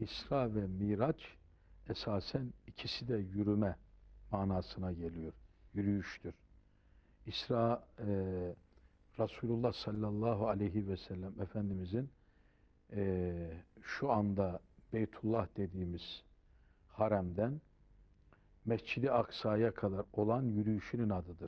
İsra ve Miraç esasen ikisi de yürüme manasına geliyor. Yürüyüştür. İsra Resulullah sallallahu aleyhi ve sellem Efendimizin şu anda Beytullah dediğimiz haremden Mescid-i Aksa'ya kadar olan yürüyüşünün adıdır.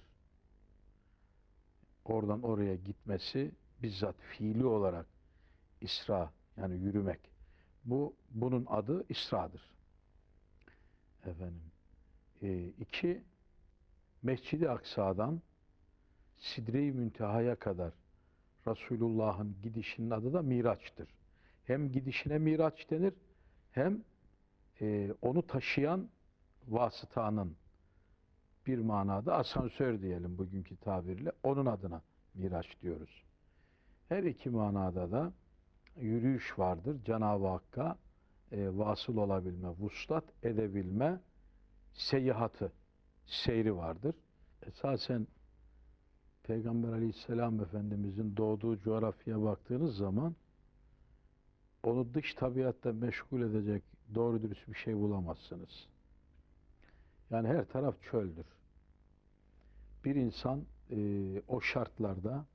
Oradan oraya gitmesi bizzat fiili olarak İsra, yani yürümek. Bunun adı İsra'dır. Efendim. İki, Mescid-i Aksa'dan Sidre-i Münteha'ya kadar Resulullah'ın gidişinin adı da Miraç'tır. Hem gidişine Miraç denir, hem onu taşıyan vasıtanın bir manada asansör diyelim bugünkü tabirle, onun adına Miraç diyoruz. Her iki manada da yürüyüş vardır. Cenab-ı Hakk'a vasıl olabilme, vuslat edebilme seyahatı, seyri vardır. Esasen Peygamber Aleyhisselam Efendimizin doğduğu coğrafyaya baktığınız zaman onu dış tabiatta meşgul edecek doğru dürüst bir şey bulamazsınız. Yani her taraf çöldür. Bir insan o şartlarda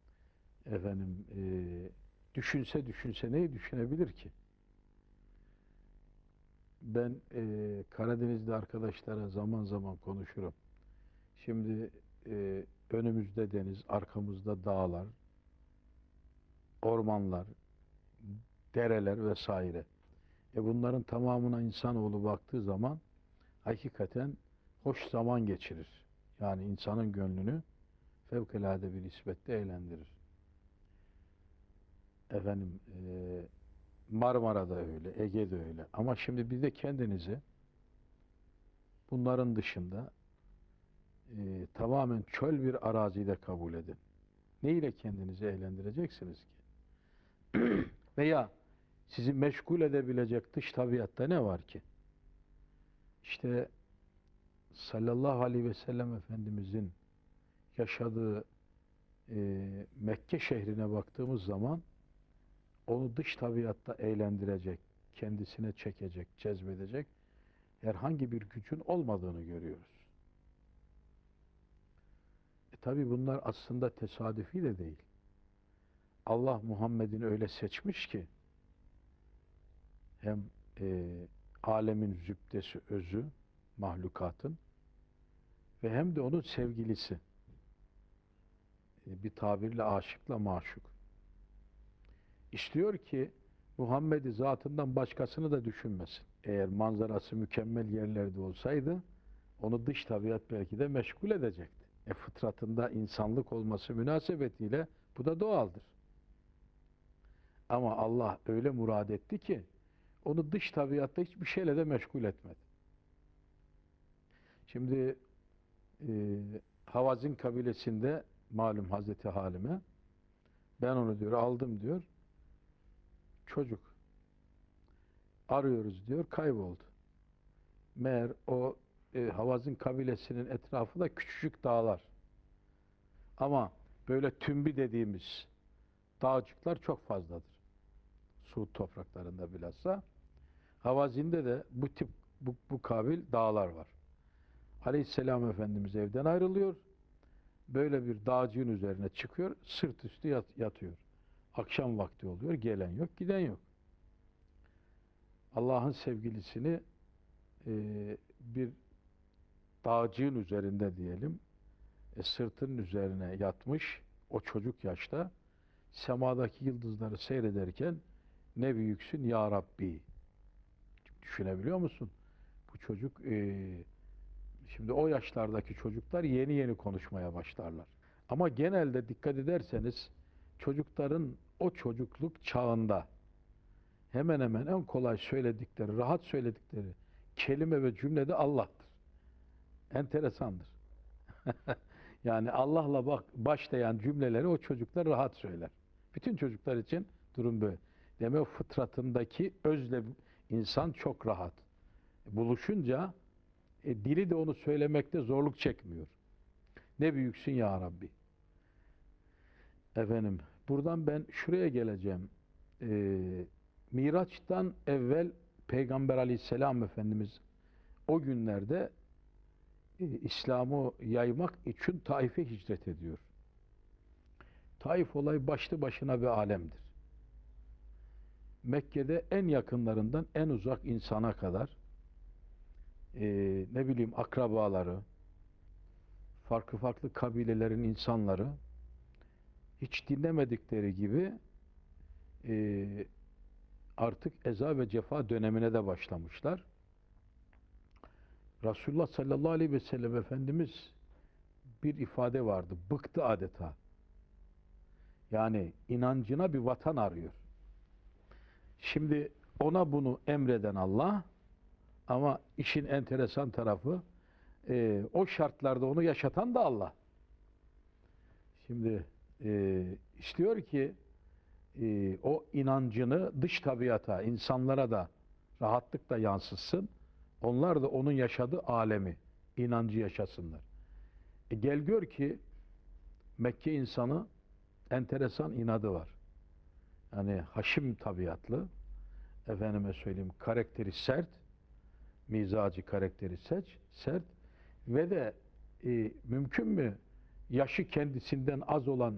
düşünse neyi düşünebilir ki? Ben Karadeniz'de arkadaşlara zaman zaman konuşurum. Şimdi önümüzde deniz, arkamızda dağlar, ormanlar, dereler vesaire. Bunların tamamına insanoğlu baktığı zaman hakikaten hoş zaman geçirir. Yani insanın gönlünü fevkalade bir nispette eğlendirir. Marmara'da öyle, Ege'de öyle. Ama şimdi bir de kendinizi bunların dışında tamamen çöl bir arazide kabul edin. Ne ile kendinizi eğlendireceksiniz ki? Veya sizi meşgul edebilecek dış tabiatta ne var ki? İşte sallallahu aleyhi ve sellem Efendimizin yaşadığı Mekke şehrine baktığımız zaman onu dış tabiatta eğlendirecek, kendisine çekecek, cezbedecek herhangi bir gücün olmadığını görüyoruz. Tabi bunlar aslında tesadüfi de değil. Allah Muhammed'in öyle seçmiş ki hem alemin zübdesi, özü, mahlukatın ve hem de onun sevgilisi. Bir tabirle aşıkla maşuk. İstiyor ki Muhammed'i zatından başkasını da düşünmesin. Eğer manzarası mükemmel yerlerde olsaydı onu dış tabiat belki de meşgul edecekti. Fıtratında insanlık olması münasebetiyle bu da doğaldır. Ama Allah öyle murad etti ki onu dış tabiatta hiçbir şeyle de meşgul etmedi. Şimdi Havazin kabilesinde malum Hazreti Halime, ben onu diyor aldım diyor, çocuk arıyoruz diyor, kayboldu. Meğer o Havazin kabilesinin etrafı da küçücük dağlar. Ama böyle tümbi dediğimiz dağcıklar çok fazladır. Suud topraklarında bilhassa. Havazin'de de bu tip bu kabil dağlar var. Aleyhisselam Efendimiz evden ayrılıyor. Böyle bir dağcığın üzerine çıkıyor, sırt üstü yatıyor. Akşam vakti oluyor, gelen yok, giden yok. Allah'ın sevgilisini bir dağcığın üzerinde diyelim, sırtının üzerine yatmış, o çocuk yaşta, semadaki yıldızları seyrederken, ne büyüksün ya Rabbi. Düşünebiliyor musun? Bu çocuk, şimdi o yaşlardaki çocuklar yeni yeni konuşmaya başlarlar. Ama genelde dikkat ederseniz, çocukların o çocukluk çağında hemen hemen en kolay söyledikleri, rahat söyledikleri kelime ve cümle de Allah'tır. Enteresandır. Yani Allah'la başlayan cümleleri o çocuklar rahat söyler. Bütün çocuklar için durum böyle. Demek o fıtratındaki özle insan çok rahat. Buluşunca dili de onu söylemekte zorluk çekmiyor. Ne büyüksün ya Rabbi. Buradan ben şuraya geleceğim. Miraç'tan evvel Peygamber Aleyhisselam Efendimiz o günlerde İslam'ı yaymak için Taif'e hicret ediyor. Taif olayı başlı başına bir alemdir. Mekke'de en yakınlarından en uzak insana kadar ne bileyim akrabaları, farklı farklı kabilelerin insanları hiç dinlemedikleri gibi artık eza ve cefa dönemine de başlamışlar. Resulullah sallallahu aleyhi ve sellem Efendimiz bir ifade vardı. Bıktı adeta. Yani inancına bir vatan arıyor. Şimdi ona bunu emreden Allah, ama işin enteresan tarafı o şartlarda onu yaşatan da Allah. Şimdi istiyor ki o inancını dış tabiata, insanlara da rahatlıkla yansıtsın. Onlar da onun yaşadığı alemi, inancı yaşasınlar. Gel gör ki Mekke insanı enteresan inadı var. Yani haşim tabiatlı, efendime söyleyeyim karakteri sert, mizacı karakteri sert ve de mümkün mü yaşı kendisinden az olan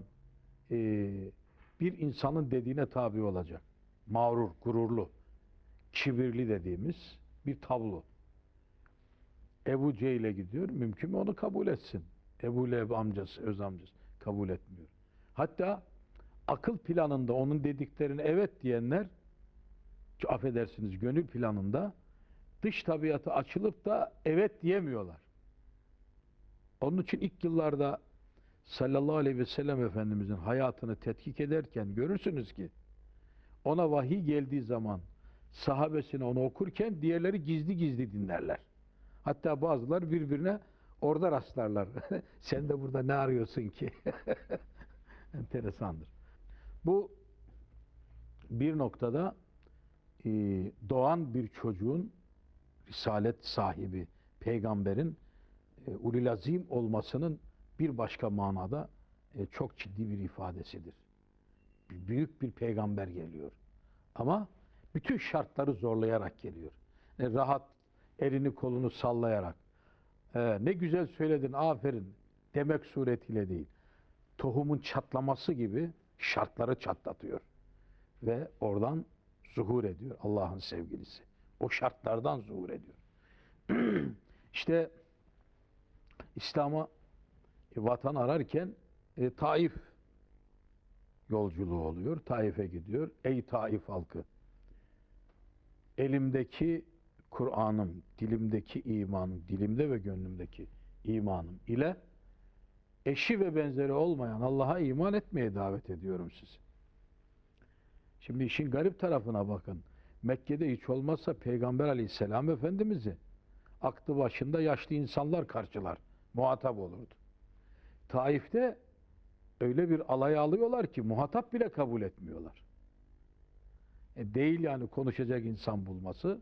bir insanın dediğine tabi olacak. Mağrur, gururlu, kibirli dediğimiz bir tablo. Ebu Cehil'e gidiyor, mümkün mü onu kabul etsin? Ebu Leheb amcası, öz amcası kabul etmiyor. Hatta akıl planında onun dediklerine evet diyenler, affedersiniz gönül planında dış tabiatı açılıp da evet diyemiyorlar. Onun için ilk yıllarda sallallahu aleyhi ve sellem Efendimizin hayatını tetkik ederken görürsünüz ki ona vahiy geldiği zaman sahabesine onu okurken diğerleri gizli gizli dinlerler. Hatta bazılar birbirine orada rastlarlar. Sen de burada ne arıyorsun ki? Enteresandır. Bu bir noktada doğan bir çocuğun risalet sahibi, peygamberin ulul azim olmasının bir başka manada çok ciddi bir ifadesidir. Büyük bir peygamber geliyor. Ama bütün şartları zorlayarak geliyor. Rahat elini kolunu sallayarak ne güzel söyledin, aferin demek suretiyle değil. Tohumun çatlaması gibi şartları çatlatıyor. Ve oradan zuhur ediyor Allah'ın sevgilisi. O şartlardan zuhur ediyor. İşte İslam'a vatan ararken Taif yolculuğu oluyor. Taif'e gidiyor. Ey Taif halkı! Elimdeki Kur'an'ım, dilimdeki imanım, dilimde ve gönlümdeki imanım ile eşi ve benzeri olmayan Allah'a iman etmeye davet ediyorum sizi. Şimdi işin garip tarafına bakın. Mekke'de hiç olmazsa Peygamber Aleyhisselam Efendimiz'i aklı başında yaşlı insanlar karşılar, muhatap olurdu. Taif'te öyle bir alaya alıyorlar ki muhatap bile kabul etmiyorlar. Değil yani konuşacak insan bulması.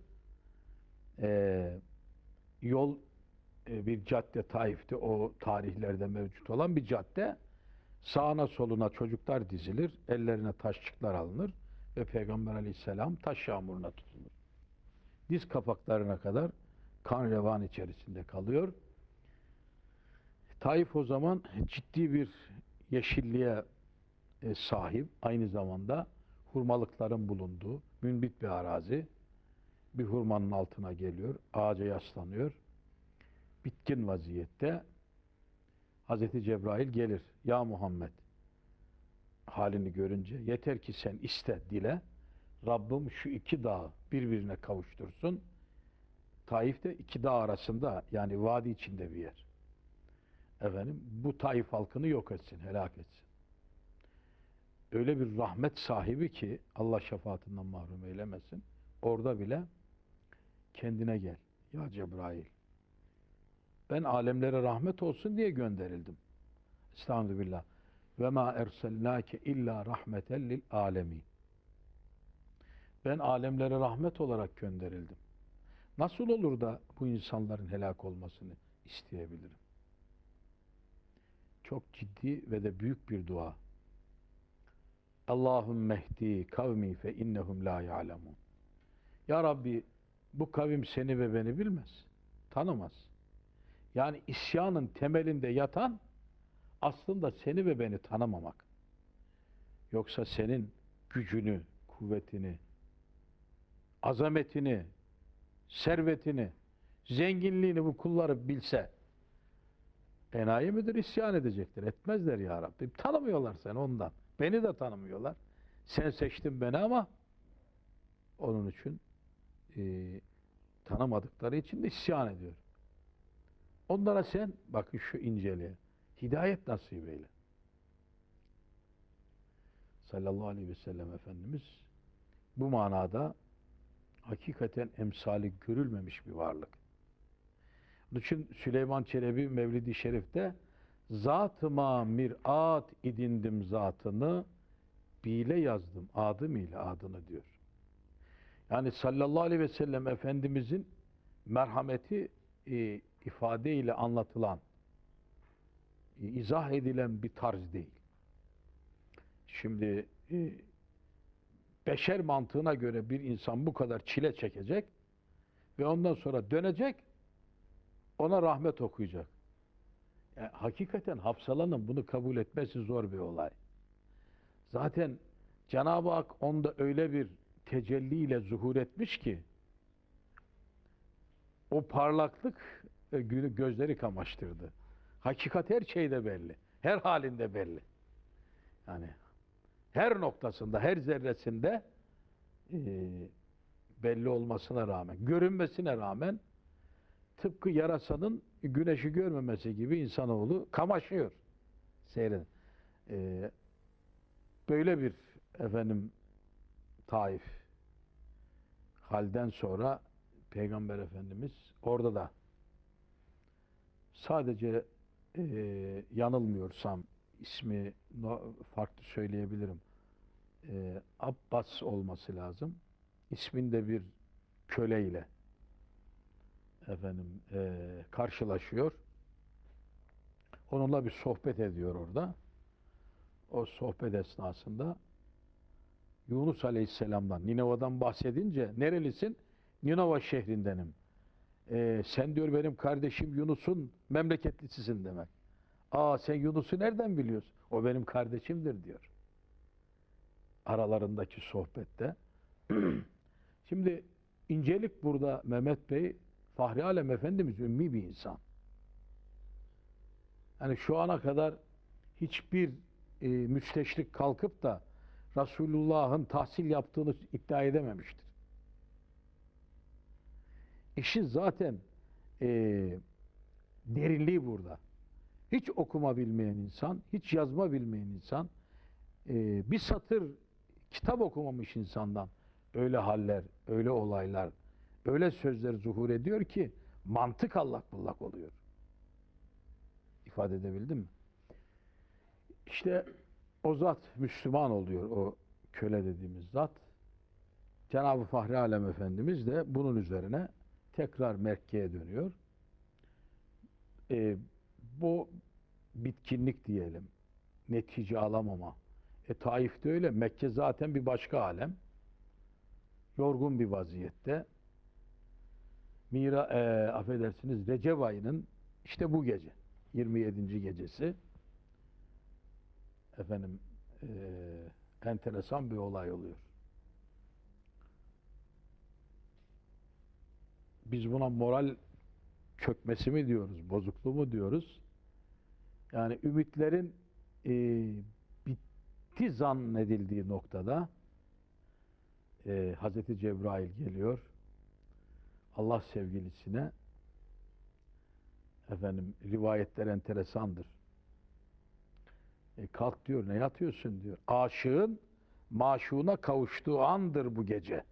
Yol bir cadde Taif'te, o tarihlerde mevcut olan bir cadde. Sağına soluna çocuklar dizilir, ellerine taşçıklar alınır ve Peygamber Aleyhisselam taş yağmuruna tutulur. Diz kapaklarına kadar kan revan içerisinde kalıyor. Taif o zaman ciddi bir yeşilliğe sahip, aynı zamanda hurmalıkların bulunduğu münbit bir arazi. Bir hurmanın altına geliyor, ağaca yaslanıyor. Bitkin vaziyette Hazreti Cebrail gelir. Ya Muhammed, halini görünce yeter ki sen iste, dile. Rabbim şu iki dağı birbirine kavuştursun. Taif de iki dağ arasında, yani vadi içinde bir yer. Efendim, bu Taif halkını yok etsin, helak etsin. Öyle bir rahmet sahibi ki Allah şefaatinden mahrum eylemesin. Orada bile kendine gel ya Cebrail. Ben alemlere rahmet olsun diye gönderildim. Estağfirullah. Ve ma erselnake illa rahmeten lil alemin. Ben alemlere rahmet olarak gönderildim. Nasıl olur da bu insanların helak olmasını isteyebilirim? Çok ciddi ve de büyük bir dua. Allahümme ehdi kavmi fe innehum la ya'lemun. Ya Rabbi, Bu kavim seni ve beni bilmez. Tanımaz. Yani isyanın temelinde yatan aslında seni ve beni tanımamak. Yoksa senin gücünü, kuvvetini, azametini, servetini, zenginliğini bu kulları bilse enayi midir, isyan edecektir. Etmezler ya Rabbi. Tanımıyorlar seni ondan. Beni de tanımıyorlar. Sen seçtin beni ama onun için tanımadıkları için de isyan ediyor. Onlara sen, bakın şu inceliğe, hidayet nasip eyle. Sallallahu aleyhi ve sellem Efendimiz bu manada hakikaten emsali görülmemiş bir varlık. Onun için Süleyman Çelebi Mevlid-i Şerif'te zatıma mir'at edindim zatını, bile yazdım adım ile adını diyor. Yani sallallahu aleyhi ve sellem Efendimizin merhameti ifadeyle anlatılan, izah edilen bir tarz değil. Şimdi beşer mantığına göre bir insan bu kadar çile çekecek ve ondan sonra dönecek, ona rahmet okuyacak. Yani hakikaten Hafsalanın bunu kabul etmesi zor bir olay. Zaten Cenab-ı Hak onda öyle bir tecelliyle zuhur etmiş ki o parlaklık gözleri kamaştırdı. Hakikat her şeyde belli. Her halinde belli. Yani her noktasında, her zerresinde belli olmasına rağmen, görünmesine rağmen tıpkı yarasanın güneşi görmemesi gibi insanoğlu kamaşıyor. Seyredin. Böyle bir Taif halden sonra Peygamber Efendimiz orada da sadece yanılmıyorsam ismi farklı söyleyebilirim. Abbas olması lazım. İsminde bir köleyle karşılaşıyor. Onunla bir sohbet ediyor orada. O sohbet esnasında Yunus Aleyhisselam'dan, Ninova'dan bahsedince nerelisin? Ninova şehrindenim. Sen diyor benim kardeşim Yunus'un memleketlisisin demek. Aa sen Yunus'u nereden biliyorsun? O benim kardeşimdir diyor. Aralarındaki sohbette. Şimdi incelik burada Mehmet Bey, Fahri Alem Efendimiz ümmi bir insan. Yani şu ana kadar hiçbir müsteşrik kalkıp da Resulullah'ın tahsil yaptığını iddia edememiştir. İşin zaten derinliği burada. Hiç okuma bilmeyen insan, hiç yazma bilmeyen insan, bir satır kitap okumamış insandan öyle haller, öyle olaylar, öyle sözler zuhur ediyor ki mantık allak bullak oluyor. İfade edebildim mi? İşte o zat Müslüman oluyor, o köle dediğimiz zat. Cenab-ı Fahri Alem Efendimiz de bunun üzerine tekrar Mekke'ye dönüyor. Bu bitkinlik diyelim, netice alamama. Taif'te öyle, Mekke zaten bir başka alem. Yorgun bir vaziyette. Affedersiniz, Recep ayının işte bu gece, 27. gecesi enteresan bir olay oluyor. Biz buna moral çökmesi mi diyoruz, bozukluğu mu diyoruz? Yani ümitlerin bitti zannedildiği noktada Hazreti Cebrail geliyor. Allah sevgilisine rivayetler enteresandır. Kalk diyor, ne yatıyorsun diyor. Aşığın maşuğuna kavuştuğu andır bu gece.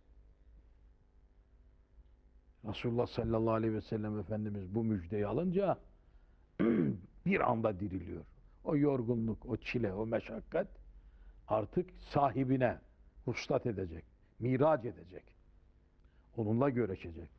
Resulullah sallallahu aleyhi ve sellem Efendimiz bu müjdeyi alınca bir anda diriliyor. O yorgunluk, o çile, o meşakkat artık sahibine huslat edecek, miraç edecek. Onunla görüşecek.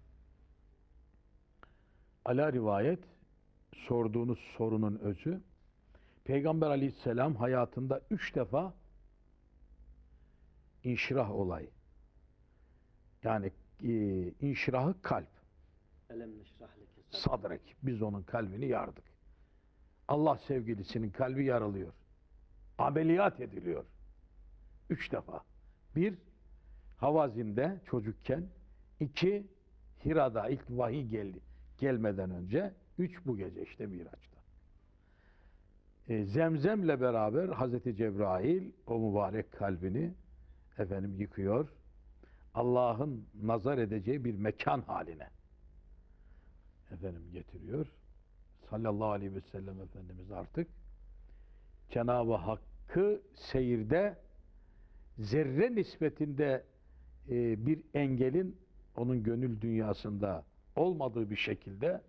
Ala rivayet, sorduğunuz sorunun özü, Peygamber aleyhisselam hayatında 3 defa inşirah olayı, yani inşirahı kalp. Elem neşrah leke Sadrek. Biz onun kalbini yardık. Allah sevgilisinin kalbi yarılıyor. Ameliyat ediliyor. 3 defa. 1, Havazin'de çocukken. 2, Hira'da ilk vahiy gelmeden önce. 3, bu gece işte Miraç'ta. Zemzem'le beraber Hazreti Cebrail o mübarek kalbini yıkıyor. Allah'ın nazar edeceği bir mekan haline getiriyor. Sallallahu aleyhi ve sellem Efendimiz artık Cenab-ı Hakk'ı seyirde zerre nispetinde bir engelin onun gönül dünyasında olmadığı bir şekilde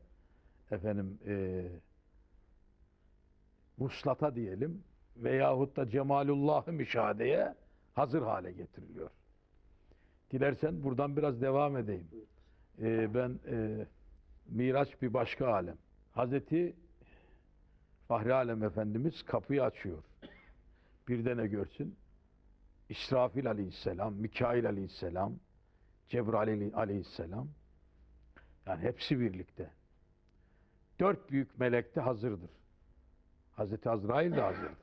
vuslata diyelim veyahut da Cemalullah'ı müşahedeye hazır hale getiriliyor. Dilersen buradan biraz devam edeyim. Miraç bir başka alem. Hazreti Fahri Alem Efendimiz kapıyı açıyor. Bir de ne görsün? İsrafil aleyhisselam, Mikail aleyhisselam, Cebrail aleyhisselam. Yani hepsi birlikte. 4 büyük melek de hazırdır. Hazreti Azrail de hazırdır.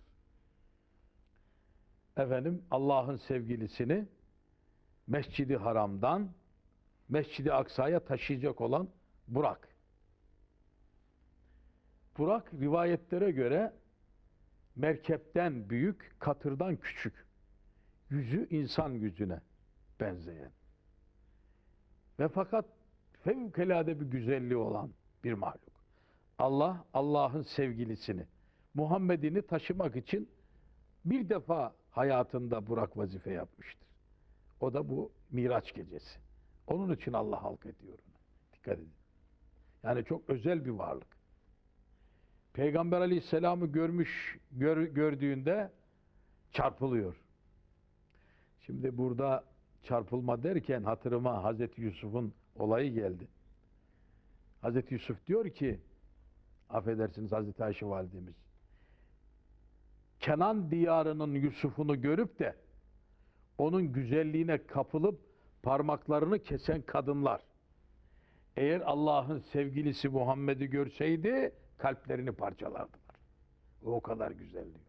Allah'ın sevgilisini Mescid-i Haram'dan Mescid-i Aksa'ya taşıyacak olan Burak. Burak rivayetlere göre merkepten büyük, katırdan küçük. Yüzü insan yüzüne benzeyen. Ve fakat fevkalade bir güzelliği olan bir mahluk. Allah, Allah'ın sevgilisini, Muhammed'ini taşımak için bir defa hayatında Burak vazife yapmıştır. O da bu Miraç gecesi. Onun için Allah halk ediyor onu. Dikkat edin. Yani çok özel bir varlık. Peygamber Aleyhisselam'ı gördüğünde çarpılıyor. Şimdi burada çarpılma derken hatırıma Hazreti Yusuf'un olayı geldi. Hazreti Yusuf diyor ki, affedersiniz Hazreti Ayşe validemiz, Kenan diyarının Yusuf'unu görüp de onun güzelliğine kapılıp parmaklarını kesen kadınlar, eğer Allah'ın sevgilisi Muhammed'i görseydi kalplerini parçalardılar. O kadar güzel diyor.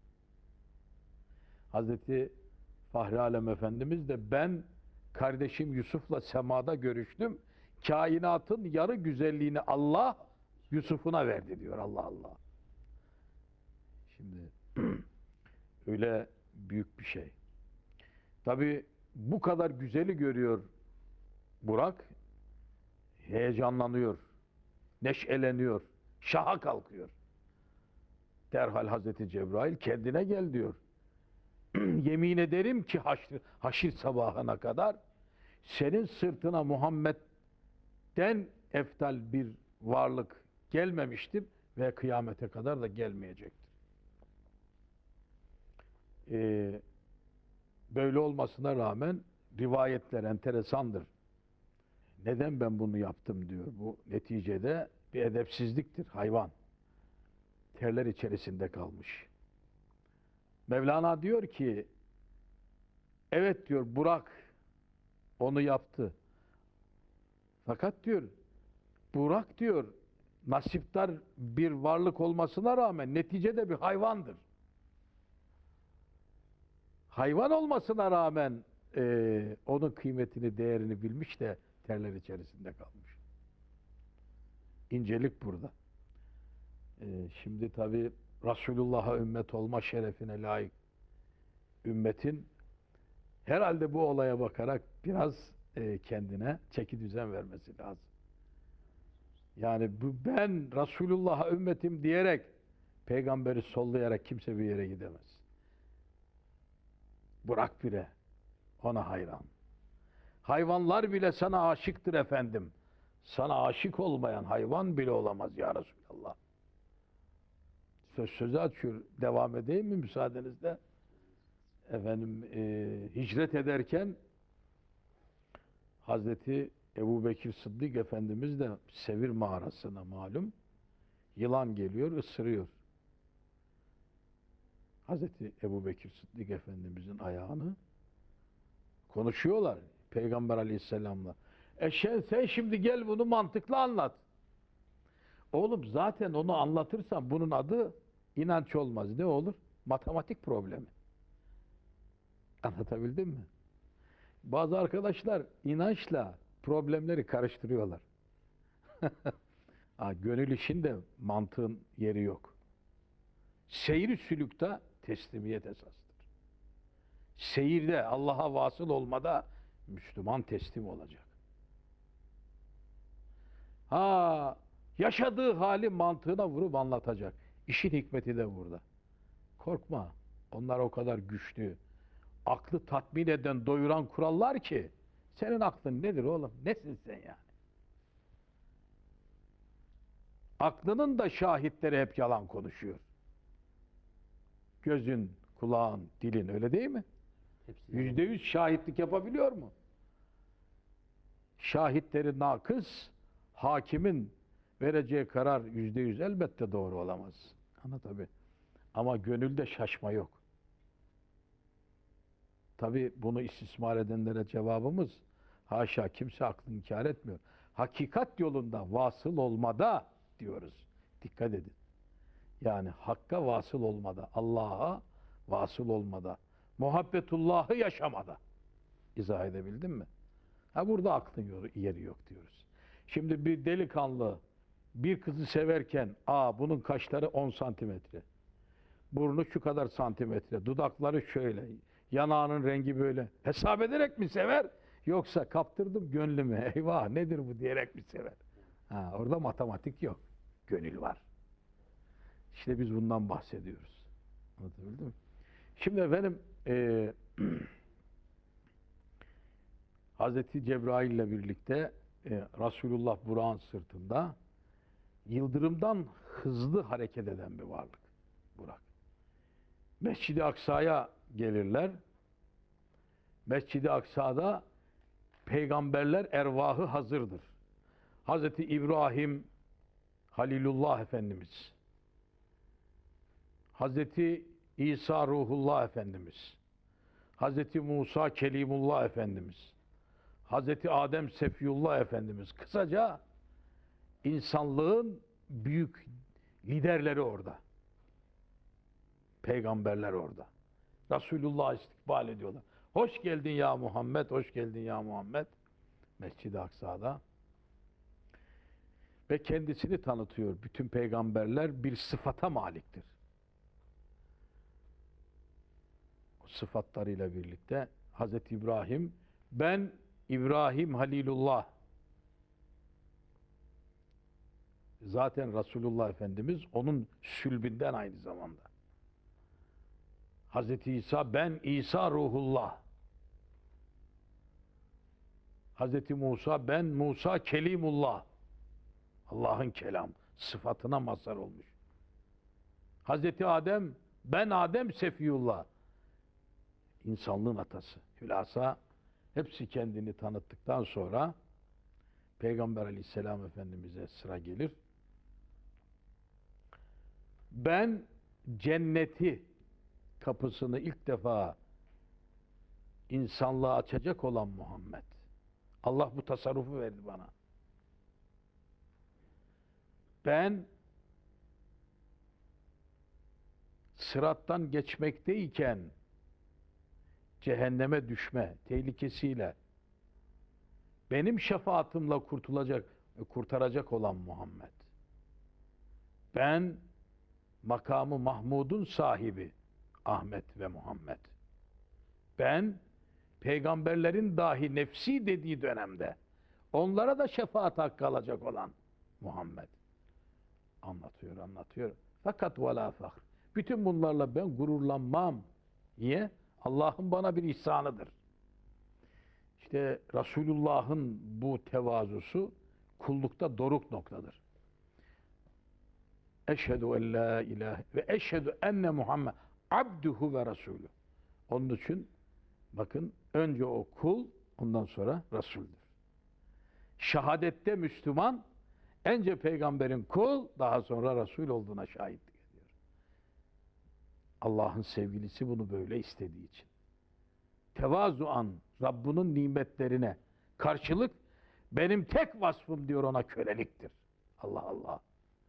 Hazreti Fahri Alem Efendimiz de ben kardeşim Yusuf'la semada görüştüm. Kainatın yarı güzelliğini Allah Yusuf'una verdi diyor. Allah Allah. Şimdi öyle büyük bir şey. Tabi bu kadar güzeli görüyor Burak. Heyecanlanıyor. Neşeleniyor. Şaha kalkıyor. Derhal Hazreti Cebrail kendine gel diyor. Yemin ederim ki haşir sabahına kadar senin sırtına Muhammed'den eftal bir varlık gelmemiştir ve kıyamete kadar da gelmeyecektir. Böyle olmasına rağmen rivayetler enteresandır. Neden ben bunu yaptım diyor. Bu neticede bir edepsizliktir. Hayvan. Terler içerisinde kalmış. Mevlana diyor ki, evet diyor Burak onu yaptı. Fakat diyor Burak diyor nasiptar bir varlık olmasına rağmen neticede bir hayvandır. Hayvan olmasına rağmen onun kıymetini, değerini bilmiş de terler içerisinde kalmış. İncelik burada. Şimdi tabi Resulullah'a ümmet olma şerefine layık ümmetin herhalde bu olaya bakarak biraz kendine çeki düzen vermesi lazım. Yani ben Resulullah'a ümmetim diyerek peygamberi sollayarak kimse bir yere gidemez. Burak bile ona hayran. Hayvanlar bile sana aşıktır efendim. Sana aşık olmayan hayvan bile olamaz ya Resulallah. Sözü açıyor. Devam edeyim mi müsaadenizle? Hicret ederken Hazreti Ebubekir Sıddık Efendimiz de Sevir mağarasına malum yılan geliyor, ısırıyor. Hazreti Ebubekir Sıddık Efendimizin ayağını konuşuyorlar Peygamber Aleyhisselam'la. Sen şimdi gel bunu mantıklı anlat. Oğlum zaten onu anlatırsan bunun adı inanç olmaz. Ne olur? Matematik problemi. Anlatabildim mi? Bazı arkadaşlar inançla problemleri karıştırıyorlar. Gönül işinde mantığın yeri yok. Seyir sülükte teslimiyet esastır. Seyirde, Allah'a vasıl olmada Müslüman teslim olacak. Yaşadığı hali mantığına vurup anlatacak. İşin hikmeti de burada. Korkma. Onlar o kadar güçlü, aklı tatmin eden, doyuran kurallar ki senin aklın nedir oğlum? Nesin sen yani? Aklının da şahitleri hep yalan konuşuyor. Gözün, kulağın, dilin öyle değil mi? Hepsi %100 şahitlik yapabiliyor mu? Şahitleri nakıs, hakimin vereceği karar %100 elbette doğru olamaz. Tabii. Ama gönülde şaşma yok. Tabii bunu istismar edenlere cevabımız haşa, kimse aklını inkar etmiyor. Hakikat yolunda vasıl olmada diyoruz. Dikkat edin. Yani hakka vasıl olmada, Allah'a vasıl olmada, muhabbetullah'ı yaşamada. İzah edebildim mi? Burada aklın yeri yok diyoruz. Şimdi bir delikanlı bir kızı severken bunun kaşları 10 santimetre, burnu şu kadar santimetre, dudakları şöyle, yanağının rengi böyle. Hesap ederek mi sever? Yoksa kaptırdım gönlümü, eyvah nedir bu diyerek mi sever? Orada matematik yok. Gönül var. İşte biz bundan bahsediyoruz. Anlatabildim mi? Şimdi efendim Hazreti Cebrail ile birlikte Resulullah Burak'ın sırtında yıldırımdan hızlı hareket eden bir varlık Burak. Mescid-i Aksa'ya gelirler. Mescid-i Aksa'da peygamberler ervahı hazırdır. Hazreti İbrahim Halilullah Efendimiz, Hazreti İsa Ruhullah Efendimiz, Hazreti Musa Kelimullah Efendimiz, Hazreti Adem Sefiyullah Efendimiz. Kısaca insanlığın büyük liderleri orada. Peygamberler orada. Resulullah istikbal ediyorlar. Hoş geldin ya Muhammed, hoş geldin ya Muhammed. Mescid-i Aksa'da. Ve kendisini tanıtıyor. Bütün peygamberler bir sıfata maliktir. O sıfatlarıyla birlikte Hazreti İbrahim, ben İbrahim Halilullah. Zaten Resulullah Efendimiz onun sülbünden aynı zamanda. Hazreti İsa, ben İsa Ruhullah. Hazreti Musa, ben Musa Kelimullah. Allah'ın kelam sıfatına mazhar olmuş. Hazreti Adem, ben Adem Sefiyullah. İnsanlığın atası. Hülasa hepsi kendini tanıttıktan sonra Peygamber Aleyhisselam Efendimiz'e sıra gelir. Ben cenneti kapısını ilk defa insanlığa açacak olan Muhammed. Allah bu tasarrufu verdi bana. Ben sırattan geçmekteyken cehenneme düşme tehlikesiyle benim şefaatimle kurtaracak olan Muhammed. Ben makamı Mahmud'un sahibi Ahmet ve Muhammed. Ben peygamberlerin dahi nefsi dediği dönemde onlara da şefaat hakkı alacak olan Muhammed. Anlatıyor. Fakat ve la fahr. Bütün bunlarla ben gururlanmam. Niye? Allah'ın bana bir ihsanıdır. İşte Resulullah'ın bu tevazusu kullukta doruk noktadır. Eşhedü en la ilahe ve eşhedü enne Muhammed abduhu ve resulü. Onun için bakın önce o kul, ondan sonra Resul'dür. Şehadette Müslüman önce peygamberin kul, daha sonra Resul olduğuna şahitlik ediyor. Allah'ın sevgilisi bunu böyle istediği için. Tevazuan Rabbinin nimetlerine karşılık Benim tek vasfım diyor ona köleliktir. Allah Allah.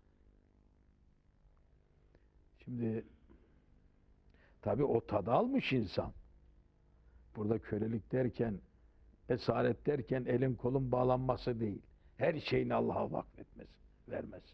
Şimdi tabii o tadı almış insan. Burada kölelik derken, esaret derken elin kolun bağlanması değil. Her şeyini Allah'a vakfetmesi, vermesi.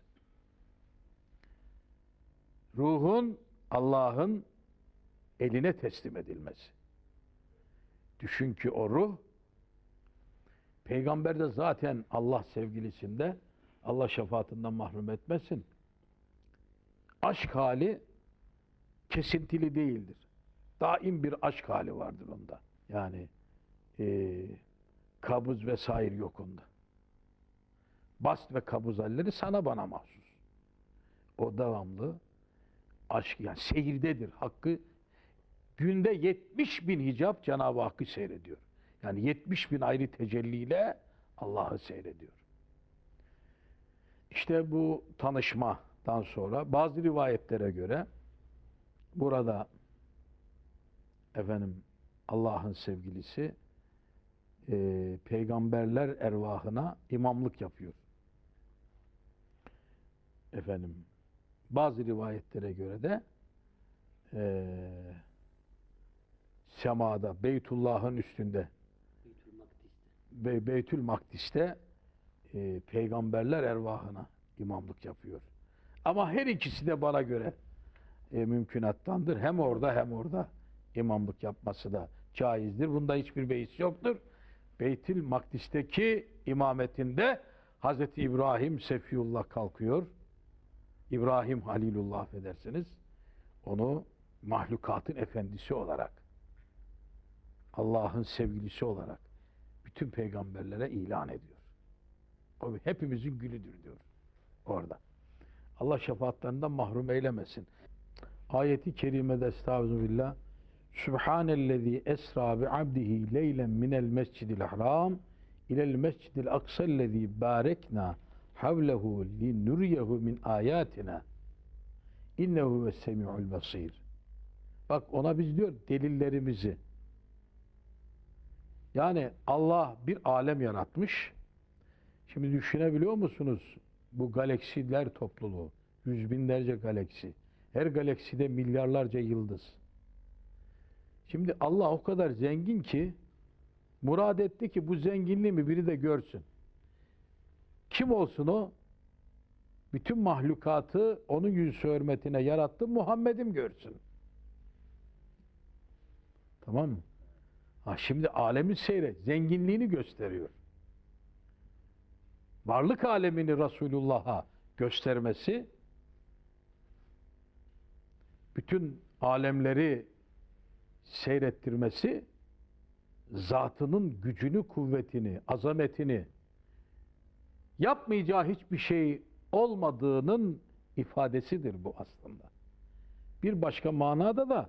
Ruhun Allah'ın eline teslim edilmesi. Düşün ki o ruh, peygamber de zaten Allah sevgilisinde, Allah şefaatinden mahrum etmesin. Aşk hali kesintili değildir. Daim bir aşk hali vardır onda. Yani kabız vesaire yok onda. Bast ve kabız halleri sana bana mahsus. O devamlı aşk, yani seyirdedir. Hakkı günde 70 bin hicap Cenab-ı Hakk'ı seyrediyor. Yani 70 bin ayrı tecelliyle Allah'ı seyrediyor. İşte bu tanışmadan sonra bazı rivayetlere göre burada Allah'ın sevgilisi peygamberler ervahına imamlık yapıyor. Bazı rivayetlere göre de semada, Beytullah'ın üstünde, Beytül Makdis'te peygamberler ervahına imamlık yapıyor. Ama her ikisi de bana göre mümkünattandır. Hem orada hem orada imamlık yapması da caizdir. Bunda hiçbir beis yoktur. Beytül Makdis'teki imametinde Hazreti İbrahim Sefiyullah kalkıyor. İbrahim Halilullah affedersiniz. Onu mahlukatın efendisi olarak, Allah'ın sevgilisi olarak bütün peygamberlere ilan ediyor. O hepimizin gülüdür diyor orada. Allah şefaatlerinden mahrum eylemesin. Ayeti kerimede estağfirullah. Subhanellezî esra bi abdihi leylen minel mescidil haram ilel mescidil aksellezî bâreknâ havlehu li nuriyehu min ayatina innehu vessemi'ul basîr. Bak ona biz diyor delillerimizi. Yani Allah bir alem yaratmış. Şimdi düşünebiliyor musunuz? Bu galaksiler topluluğu. Yüz binlerce galaksi. Her galakside milyarlarca yıldız. Şimdi Allah o kadar zengin ki murad etti ki bu zenginliğimi biri de görsün. Kim olsun o? Bütün mahlukatı onun yüzü hürmetine yarattı, Muhammed'im görsün. Tamam mı? Şimdi alemi seyret, zenginliğini gösteriyor. Varlık alemini Resulullah'a göstermesi, bütün alemleri seyrettirmesi, zatının gücünü, kuvvetini, azametini, yapmayacağı hiçbir şey olmadığının ifadesidir bu aslında. Bir başka manada da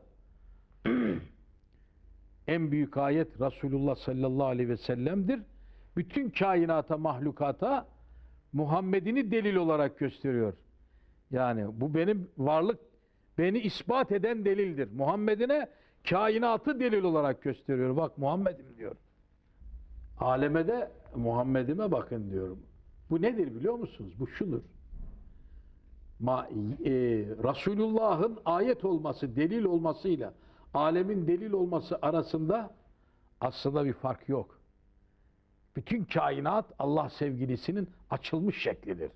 en büyük ayet Resulullah sallallahu aleyhi ve sellem'dir. Bütün kainata, mahlukata Muhammed'ini delil olarak gösteriyor. Yani bu benim varlık, beni ispat eden delildir. Muhammed'ine kainatı delil olarak gösteriyor. Bak Muhammed'im diyor. Aleme de Muhammed'ime bakın diyorum. Bu nedir biliyor musunuz? Bu şudur. Resulullah'ın ayet olması, delil olmasıyla alemin delil olması arasında aslında bir fark yok. Bütün kainat Allah sevgilisinin açılmış şeklidir.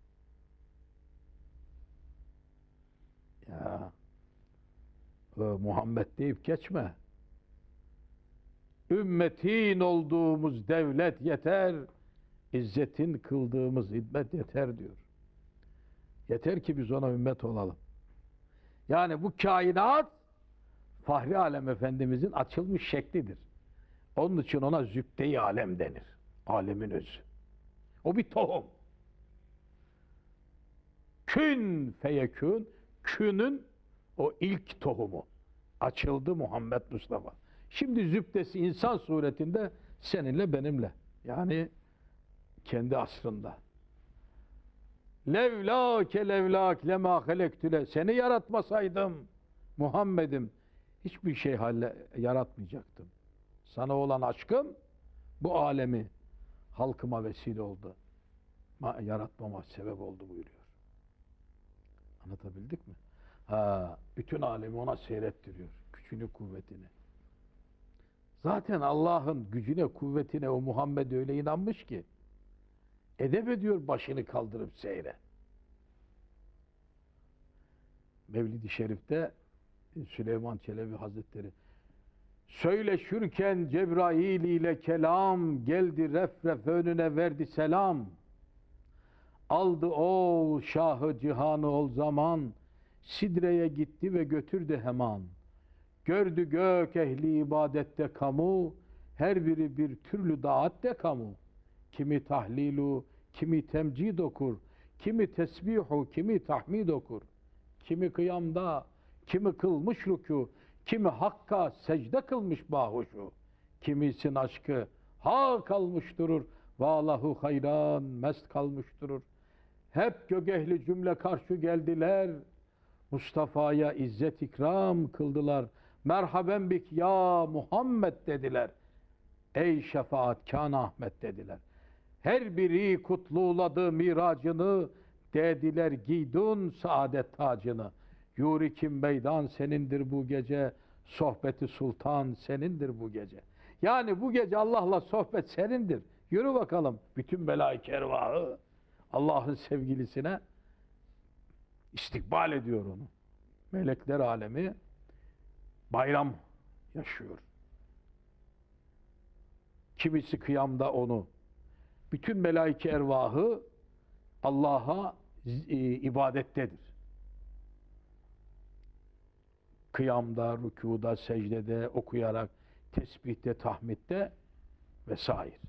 Ya Muhammed deyip geçme. Ümmetin olduğumuz devlet yeter, İzzetin kıldığımız hizmet yeter diyor. Yeter ki biz ona ümmet olalım. Yani bu kainat Fahri Alem Efendimizin açılmış şeklidir. Onun için ona zübde-i alem denir. Alemin özü. O bir tohum. Kün feyekün, künün o ilk tohumu. Açıldı Muhammed Mustafa. Şimdi zübdesi insan suretinde seninle benimle. Yani kendi asrında. Levlâke levlâk lemâ halektüle. Seni yaratmasaydım Muhammed'im hiçbir şey yaratmayacaktım. Sana olan aşkım bu alemi halkıma vesile oldu. Yaratmama sebep oldu buyuruyor. Anlatabildik mi? Bütün alemi ona seyrettiriyor. Gücünü, kuvvetini. Zaten Allah'ın gücüne, kuvvetine o Muhammed öyle inanmış ki edep ediyor başını kaldırıp seyre. Mevlid-i Şerif'te Süleyman Çelebi Hazretleri söyleşürken Cebrail ile kelam geldi ref önüne verdi selam. Aldı ol şahı cihanı ol zaman Sidre'ye gitti ve götürdü hemen. Gördü gök ehli ibadette kamu her biri bir türlü daatte kamu. Kimi tahlilu, kimi temcid okur, kimi tesbihu, kimi tahmid okur. Kimi kıyamda, kimi kılmış rükû, kimi hakka secde kılmış bahuşu. Kimisin aşkı ha kalmış durur, valahu hayran mest kalmış durur. Hep gögehli cümle karşı geldiler, Mustafa'ya izzet ikram kıldılar. Merhaben bik ya Muhammed dediler. Ey şefaatkân Ahmet dediler. Her biri kutluladı miracını, dediler giydun saadet tacını. Yurikim meydan senindir bu gece, sohbeti sultan senindir bu gece. Yani bu gece Allah'la sohbet senindir. Yürü bakalım bütün melaike ervahı Allah'ın sevgilisine istikbal ediyor onu. Melekler alemi bayram yaşıyor. Kimisi kıyamda onu. Bütün melaike ervahı Allah'a ibadettedir. Kıyamda, rükuda, secdede, okuyarak, tesbihte, tahmidde vesaire.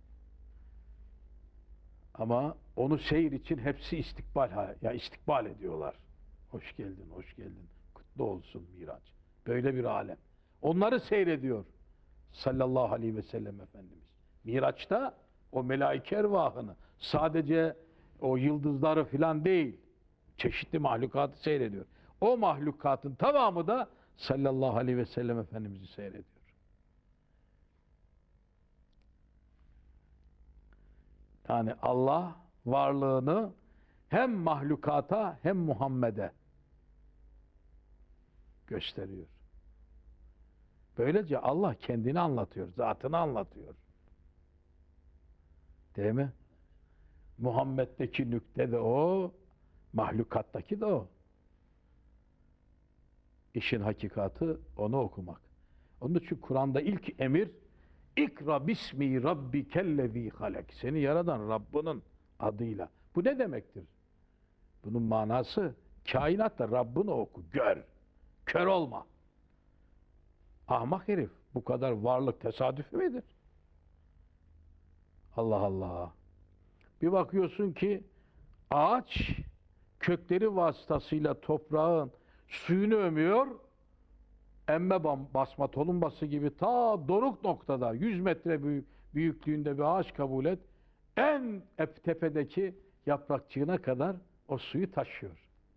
Ama onu seyir için hepsi istikbal ediyorlar. Hoş geldin, hoş geldin. Kutlu olsun Miraç. Böyle bir alem. Onları seyrediyor sallallahu aleyhi ve sellem Efendimiz. Miraç'ta o melaike ervahını sadece o yıldızları filan değil, çeşitli mahlukatı seyrediyor. O mahlukatın tamamı da sallallahu aleyhi ve sellem Efendimiz'i seyrediyor. Yani Allah varlığını hem mahlukata hem Muhammed'e gösteriyor. Böylece Allah kendini anlatıyor, zatını anlatıyor. Değil mi? Muhammed'deki nükte de o, mahlukattaki de o. İşin hakikati onu okumak. Onun için Kur'an'da ilk emir İkra bismi rabbikellezî halek. Seni yaradan Rabbinin adıyla. Bu ne demektir? Bunun manası kainatta Rabbini oku, gör. Kör olma. Ahmak herif. Bu kadar varlık tesadüfü midir? Allah Allah. Bir bakıyorsun ki ağaç kökleri vasıtasıyla toprağın suyunu ömüyor. Emme basma tulumbası gibi ta doruk noktada 100 metre büyüklüğünde bir ağaç kabul et. En tepedeki yaprakçığına kadar o suyu taşıyor.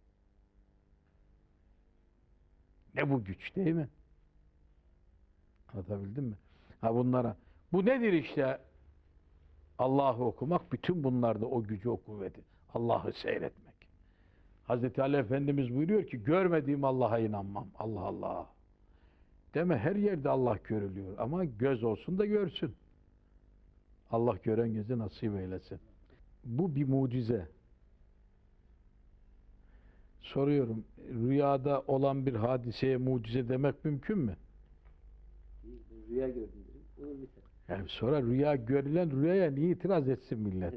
Ne bu güç değil mi? Anlatabildim mi? Bunlara. Bu nedir işte? Allah'ı okumak, bütün bunlarda o gücü, o kuvveti. Allah'ı seyretmek. Hazreti Ali Efendimiz buyuruyor ki, görmediğim Allah'a inanmam. Allah Allah. Deme, her yerde Allah görülüyor ama göz olsun da görsün. Allah gören gözü nasip eylesin. Bu bir mucize. Soruyorum, rüyada olan bir hadiseye mucize demek mümkün mü? Rüya gördüm dedim. Olur biter. Yani sonra rüya görülen rüyaya niye itiraz etsin millet?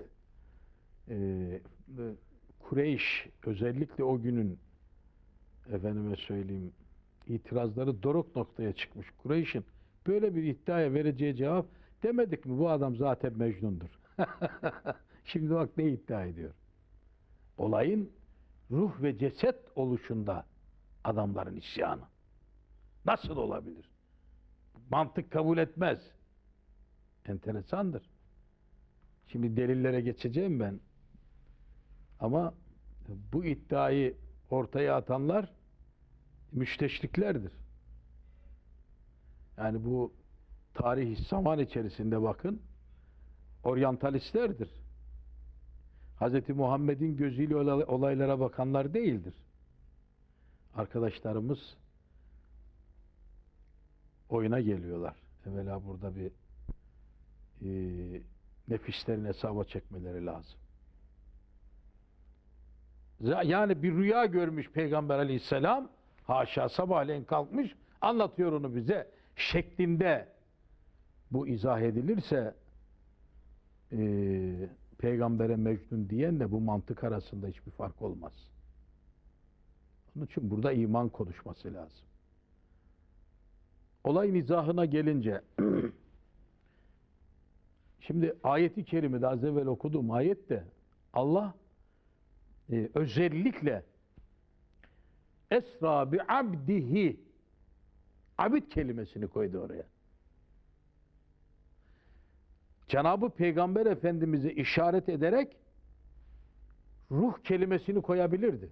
Kureyş özellikle o günün efendime söyleyeyim itirazları doruk noktaya çıkmış. Kureyş'in böyle bir iddiaya vereceği cevap demedik mi bu adam zaten Mecnun'dur. Şimdi bak ne iddia ediyor. Olayın ruh ve ceset oluşunda adamların isyanı. Nasıl olabilir? Mantık kabul etmez. Enteresandır. Şimdi delillere geçeceğim ben. Ama bu iddiayı ortaya atanlar müsteşriklerdir. Yani bu tarih zaman içerisinde bakın oryantalistlerdir. Hz. Muhammed'in gözüyle olaylara bakanlar değildir. Arkadaşlarımız oyuna geliyorlar. Evvela burada bir nefislerin hesaba çekmeleri lazım. Yani bir rüya görmüş Peygamber Aleyhisselam, haşa, sabahleyin kalkmış, anlatıyor onu bize şeklinde bu izah edilirse Peygamber'e Mecnun diyenle bu mantık arasında hiçbir fark olmaz. Onun için burada iman konuşması lazım. Olayın izahına gelince şimdi ayeti kerimede az evvel okuduğum ayette Allah özellikle esra bi abdihi, abid kelimesini koydu oraya. Cenab-ı Peygamber Efendimiz'e işaret ederek ruh kelimesini koyabilirdi.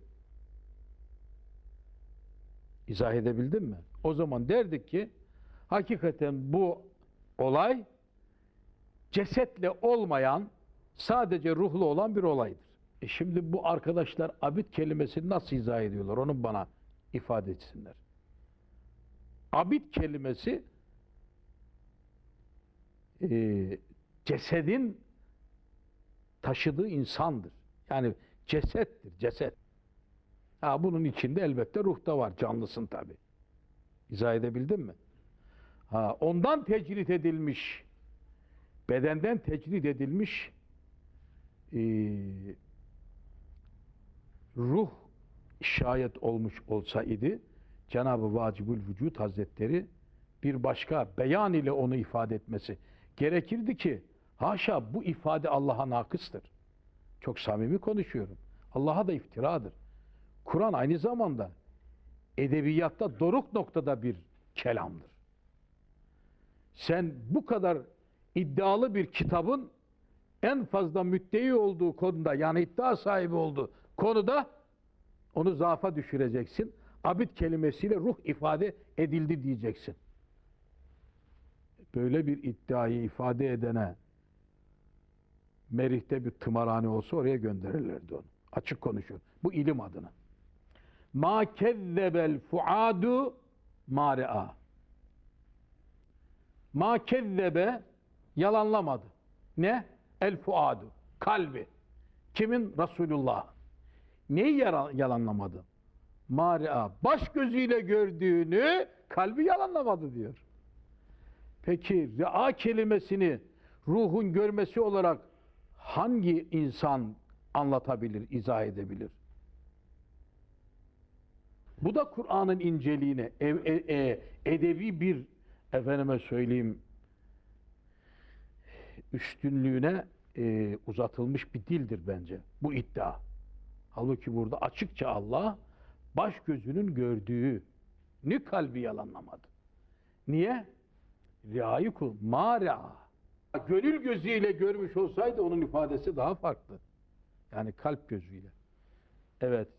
İzah edebildim mi? O zaman derdik ki hakikaten bu olay cesetle olmayan, sadece ruhlu olan bir olaydır. Şimdi bu arkadaşlar abid kelimesini nasıl izah ediyorlar? Onu bana ifade etsinler. Abid kelimesi cesedin taşıdığı insandır. Yani cesettir, ceset. Bunun içinde elbette ruh da var, canlısın tabi. İzah edebildim mi? Ondan tecrit edilmiş, bedenden tecrit edilmiş ruh şayet olmuş olsaydı Cenab-ı Vacibül Vücud Hazretleri bir başka beyan ile onu ifade etmesi gerekirdi ki haşa, bu ifade Allah'a nakıstır. Çok samimi konuşuyorum. Allah'a da iftiradır. Kur'an aynı zamanda edebiyatta doruk noktada bir kelamdır. Sen bu kadar iddialı bir kitabın en fazla müddei olduğu konuda, yani iddia sahibi olduğu konuda onu zaafa düşüreceksin. Abid kelimesiyle ruh ifade edildi diyeceksin. Böyle bir iddiayı ifade edene Merih'te bir tımarhane olsa oraya gönderirlerdi onu. Açık konuşuyor. Bu ilim adına. Ma kezzebel fuadu ma re'a. Ma kezzebe, yalanlamadı. Ne? El fuadu. Kalbi. Kimin? Resulullah. Neyi yalanlamadı? Ma re'a. Baş gözüyle gördüğünü kalbi yalanlamadı diyor. Peki re'a kelimesini ruhun görmesi olarak hangi insan anlatabilir, izah edebilir? Bu da Kur'an'ın inceliğine, edebi bir, efendime söyleyeyim, üstünlüğüne uzatılmış bir dildir bence bu iddia. Halbuki burada açıkça Allah baş gözünün gördüğünü kalbi yalanlamadı. Niye? Riayı kul, ma re'a. Gönül gözüyle görmüş olsaydı onun ifadesi daha farklı. Yani kalp gözüyle. Evet,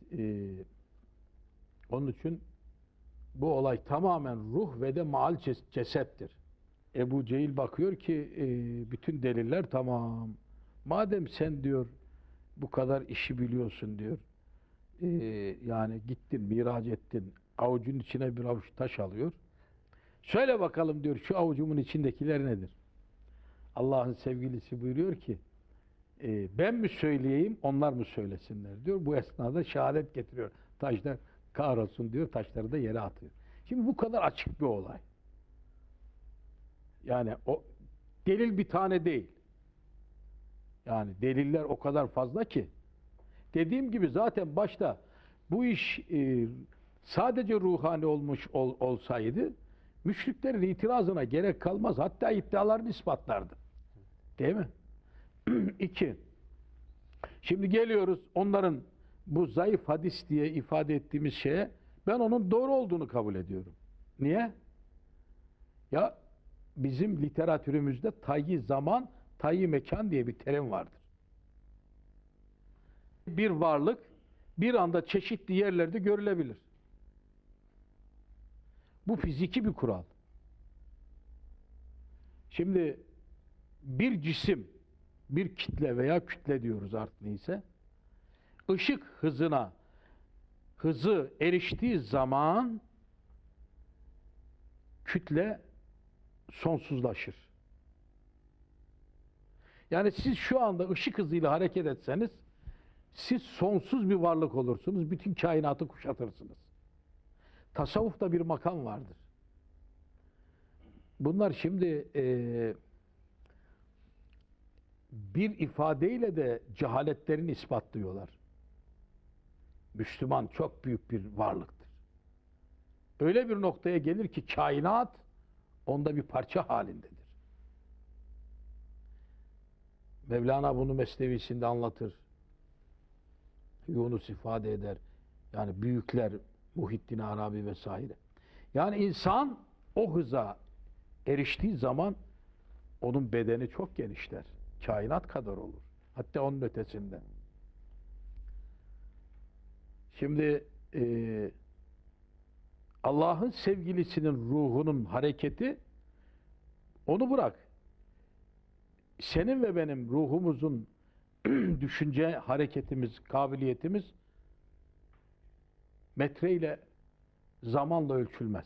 onun için bu olay tamamen ruh ve de maal cesettir. Ebu Cehil bakıyor ki bütün deliller tamam. Madem sen diyor bu kadar işi biliyorsun diyor. Yani gittin, miraç ettin, avucun içine bir avuç taş alıyor. Söyle bakalım diyor, şu avucumun içindekiler nedir? Allah'ın sevgilisi buyuruyor ki ben mi söyleyeyim, onlar mı söylesinler diyor. Bu esnada şehadet getiriyor. Taşlar kahrolsun diyor, taşları da yere atıyor. Şimdi bu kadar açık bir olay. Yani o delil bir tane değil. Yani deliller o kadar fazla ki. Dediğim gibi zaten başta bu iş sadece ruhani olmuş olsaydı müşriklerin itirazına gerek kalmaz. Hatta iddialarını ispatlardı. Değil mi? 2. Şimdi geliyoruz onların bu zayıf hadis diye ifade ettiğimiz şeye, ben onun doğru olduğunu kabul ediyorum. Niye? Ya bizim literatürümüzde tayyi zaman, tayyi mekan diye bir terim vardır. Bir varlık bir anda çeşitli yerlerde görülebilir. Bu fiziki bir kural. Şimdi bir cisim bir kitle veya kütle diyoruz artık neyse. Işık hızı eriştiği zaman kütle sonsuzlaşır. Yani siz şu anda ışık hızıyla hareket etseniz siz sonsuz bir varlık olursunuz. Bütün kainatı kuşatırsınız. Tasavvufta bir makam vardır. Bunlar şimdi bir ifadeyle de cehaletlerini ispatlıyorlar. Müslüman çok büyük bir varlıktır. Öyle bir noktaya gelir ki kainat onda bir parça halindedir. Mevlana bunu Mesnevisinde anlatır. Yunus ifade eder. Yani büyükler, Muhittin Arabi vesaire. Yani insan o hıza eriştiği zaman onun bedeni çok genişler. Kainat kadar olur. Hatta onun ötesinde. Şimdi Allah'ın sevgilisinin ruhunun hareketi onu bırak. Senin ve benim ruhumuzun düşünce hareketimiz, kabiliyetimiz metreyle, zamanla ölçülmez.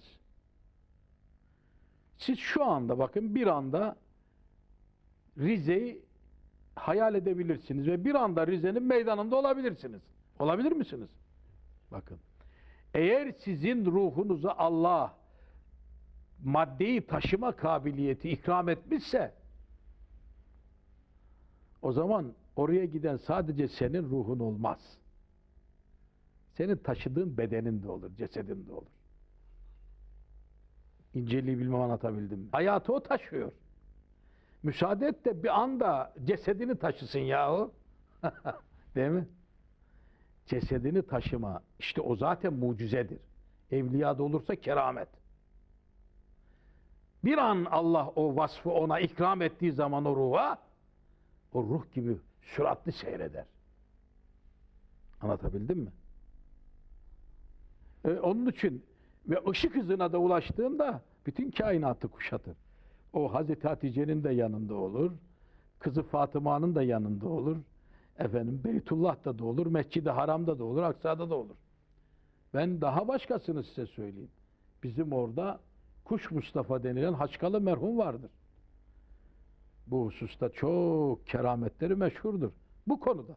Siz şu anda bakın bir anda Rize'yi hayal edebilirsiniz ve bir anda Rize'nin meydanında olabilirsiniz. Olabilir misiniz? Bakın. Eğer sizin ruhunuza Allah maddeyi taşıma kabiliyeti ikram etmişse o zaman oraya giden sadece senin ruhun olmaz. Senin taşıdığın bedenin de olur, cesedin de olur. İnceliği bilmem anlatabildim mi? Hayatı o taşıyor. Müsaade et de bir anda cesedini taşısın yahu. Değil mi? Cesedini taşıma, işte o zaten mucizedir. Evliyada olursa keramet. Bir an Allah o vasfı ona ikram ettiği zaman o ruha, o ruh gibi süratli seyreder. Anlatabildim mi? Onun için ve ışık hızına da ulaştığında bütün kainatı kuşatır. O Hazreti Hatice'nin de yanında olur, kızı Fatıma'nın da yanında olur, efendim Beytullah'ta da olur, Mescid-i Haram'da da olur, Aksa'da da olur. Ben daha başkasını size söyleyeyim. Bizim orada Kuş Mustafa denilen Haçkalı merhum vardır. Bu hususta çok kerametleri meşhurdur. Bu konuda.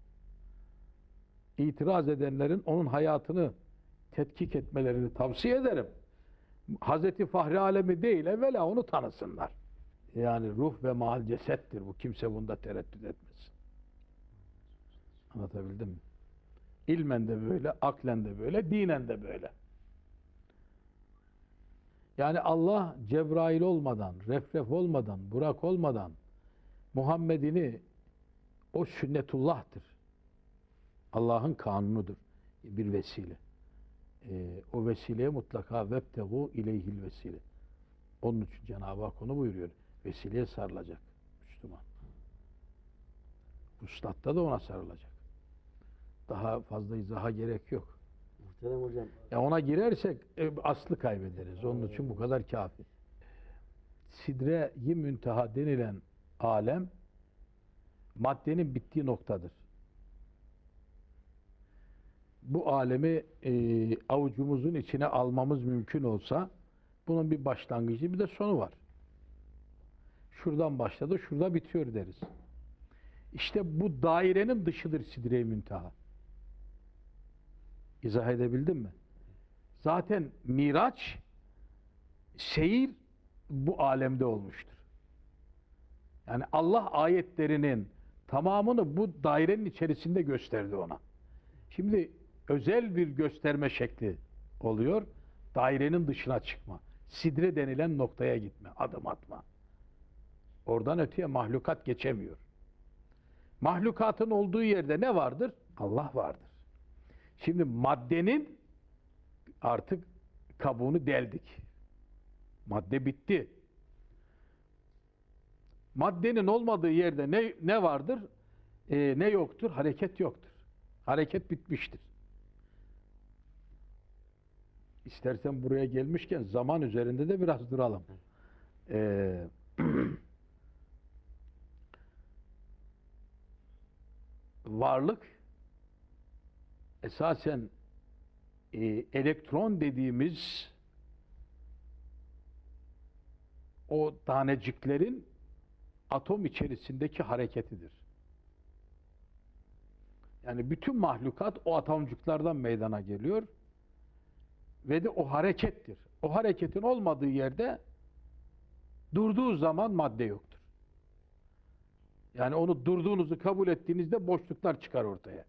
İtiraz edenlerin onun hayatını tetkik etmelerini tavsiye ederim. Hazreti Fahri Alemi değil, evvela onu tanısınlar. Yani ruh ve mal cesettir bu. Kimse bunda tereddüt etmesin. Anlatabildim mi? İlmen de böyle, aklen de böyle, dinen de böyle. Yani Allah Cebrail olmadan, Refref olmadan, Burak olmadan Muhammed'ini o sünnetullah'tır. Allah'ın kanunudur. Bir vesile. O vesileye mutlaka vebtegu ileyhil vesile. Onun için Cenab-ı Hak onu buyuruyor. Vesileye sarılacak Müslüman. Ustatta da ona sarılacak. Daha fazla izaha gerek yok. Muhterem hocam. Ona girersek aslı kaybederiz. Onun için bu kadar kafi. Sidre-i münteha denilen alem maddenin bittiği noktadır. Bu alemi avucumuzun içine almamız mümkün olsa bunun bir başlangıcı bir de sonu var. Şuradan başladı, şurada bitiyor deriz. İşte bu dairenin dışıdır Sidre-i Münteha. İzah edebildim mi? Zaten Miraç, seyir bu alemde olmuştur. Yani Allah ayetlerinin tamamını bu dairenin içerisinde gösterdi ona. Şimdi özel bir gösterme şekli oluyor. Dairenin dışına çıkma. Sidre denilen noktaya gitme, adım atma. Oradan öteye mahlukat geçemiyor. Mahlukatın olduğu yerde ne vardır? Allah vardır. Şimdi maddenin artık kabuğunu deldik. Madde bitti. Maddenin olmadığı yerde ne vardır? Ne yoktur? Hareket yoktur. Hareket bitmiştir. İstersen buraya gelmişken zaman üzerinde de biraz duralım. varlık esasen elektron dediğimiz o taneciklerin atom içerisindeki hareketidir. Yani bütün mahlukat o atomcuklardan meydana geliyor ve de o harekettir. O hareketin olmadığı yerde durduğu zaman madde yoktur. Yani onu durduğunuzu kabul ettiğinizde boşluklar çıkar ortaya.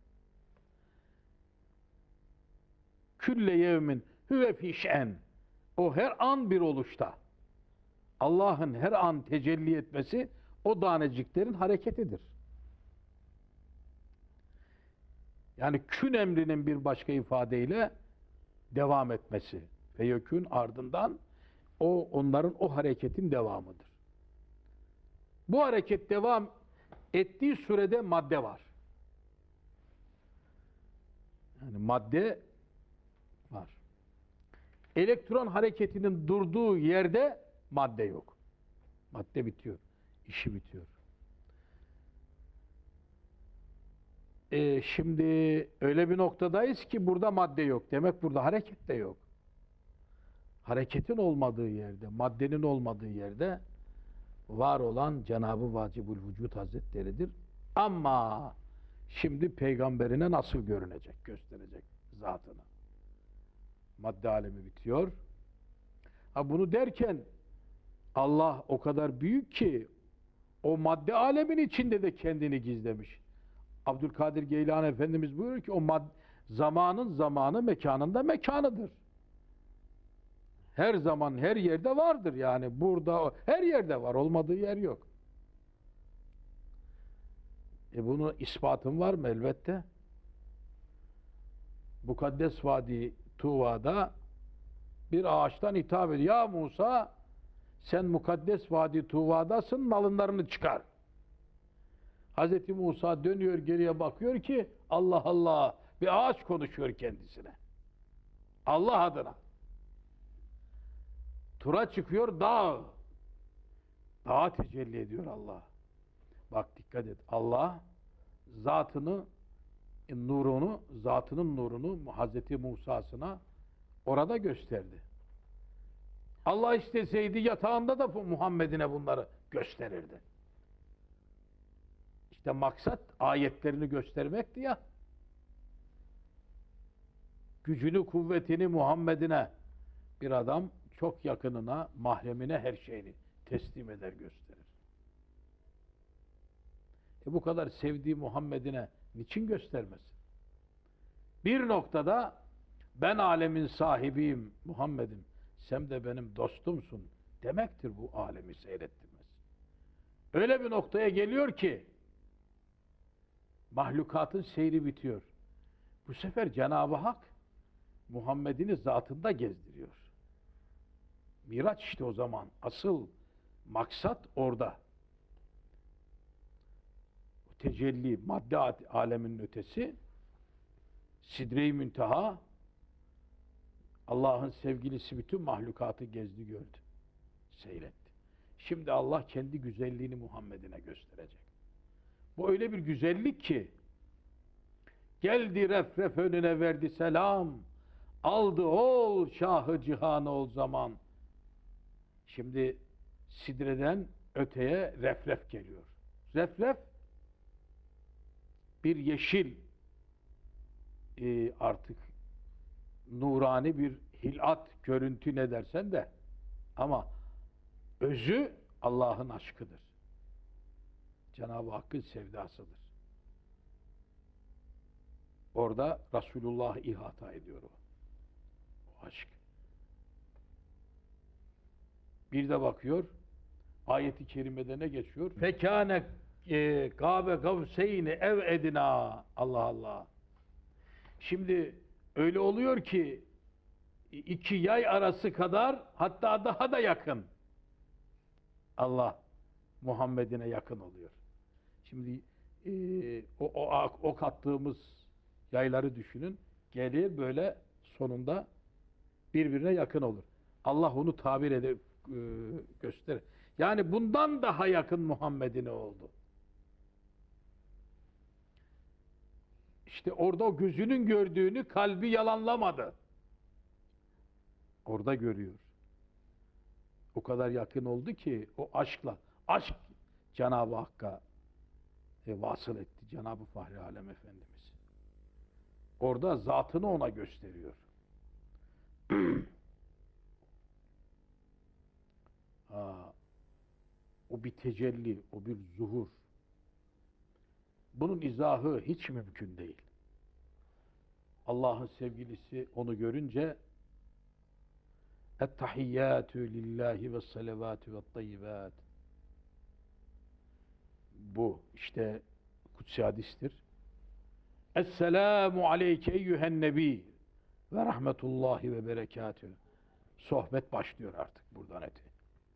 Külle yevmin huve fî şe'n. O her an bir oluşta. Allah'ın her an tecelli etmesi o taneciklerin hareketidir. Yani kün emrinin bir başka ifadeyle devam etmesi. Feyekün ardından onların o hareketin devamıdır. Bu hareket devam ettiği sürede madde var. Yani madde var. Elektron hareketinin durduğu yerde madde yok. Madde bitiyor. İşi bitiyor. Şimdi öyle bir noktadayız ki burada madde yok. Demek burada hareket de yok. Hareketin olmadığı yerde, maddenin olmadığı yerde var olan Cenab-ı Vacibül Vücud Hazretleri'dir. Ama şimdi peygamberine nasıl görünecek, gösterecek zatını. Madde alemi bitiyor. Bunu derken Allah o kadar büyük ki o madde alemin içinde de kendini gizlemiş. Abdülkadir Geylani Efendimiz buyuruyor ki o zamanın zamanı, mekanın da mekanıdır. Her zaman her yerde vardır yani. Burada her yerde var. Olmadığı yer yok. Bunun ispatın var mı? Elbette. Mukaddes Vadi Tuva'da bir ağaçtan hitap ediyor. Ya Musa, sen Mukaddes Vadi Tuva'dasın, nalınlarını çıkar. Hz. Musa dönüyor geriye bakıyor ki Allah Allah, bir ağaç konuşuyor kendisine. Allah adına. Tura çıkıyor dağ. Dağa tecelli ediyor Allah. Bak dikkat et. Allah zatının nurunu Hz. Musa'sına orada gösterdi. Allah isteseydi yatağında da Muhammed'ine bunları gösterirdi. İşte maksat ayetlerini göstermekti ya. Gücünü, kuvvetini Muhammed'ine bir adam çok yakınına, mahremine her şeyini teslim eder, gösterir. Bu kadar sevdiği Muhammed'ine niçin göstermesin? Bir noktada ben alemin sahibiyim Muhammed'im, sen de benim dostumsun demektir bu alemi seyrettirmesi. Öyle bir noktaya geliyor ki mahlukatın seyri bitiyor. Bu sefer Cenab-ı Hak Muhammed'ini zatında gezdiriyor. Miraç işte o zaman. Asıl maksat orada. Tecelli, madde aleminin ötesi, Sidre-i Münteha, Allah'ın sevgilisi bütün mahlukatı gezdi gördü. Seyretti. Şimdi Allah kendi güzelliğini Muhammed'ine gösterecek. Bu öyle bir güzellik ki geldi refref önüne verdi selam, aldı ol şahı cihanı ol zaman. Şimdi Sidre'den öteye refref geliyor. Refref bir yeşil artık nurani bir hilat, görüntü ne dersen de ama özü Allah'ın aşkıdır. Cenab-ı Hakk'ın sevdasıdır. Orada Resulullah ihata ediyor o aşk. Bir de bakıyor, ayet-i kerimede ne geçiyor? Fekâne gâbe gavseyni ev edina. Allah Allah. Şimdi öyle oluyor ki iki yay arası kadar, hatta daha da yakın. Allah Muhammed'ine yakın oluyor. Şimdi o kattığımız yayları düşünün. Gelir böyle sonunda birbirine yakın olur. Allah onu tabir edip gösterir. Yani bundan daha yakın Muhammed'ine oldu. İşte orada o gözünün gördüğünü kalbi yalanlamadı. Orada görüyor. O kadar yakın oldu ki o aşkla, aşk Cenab-ı Hakk'a vasıl etti Cenab-ı Fahri Alem Efendimiz. Orada zatını ona gösteriyor. O bir tecelli, o bir zuhur. Bunun izahı hiç mümkün değil. Allah'ın sevgilisi onu görünce "Ettehiyyatü lillahi ve salavatü ve tayyibat." Bu işte kutsi hadistir. Esselamu aleyke eyyühen nebi ve rahmetullahi ve berekatühü. Sohbet başlıyor artık buradan eti.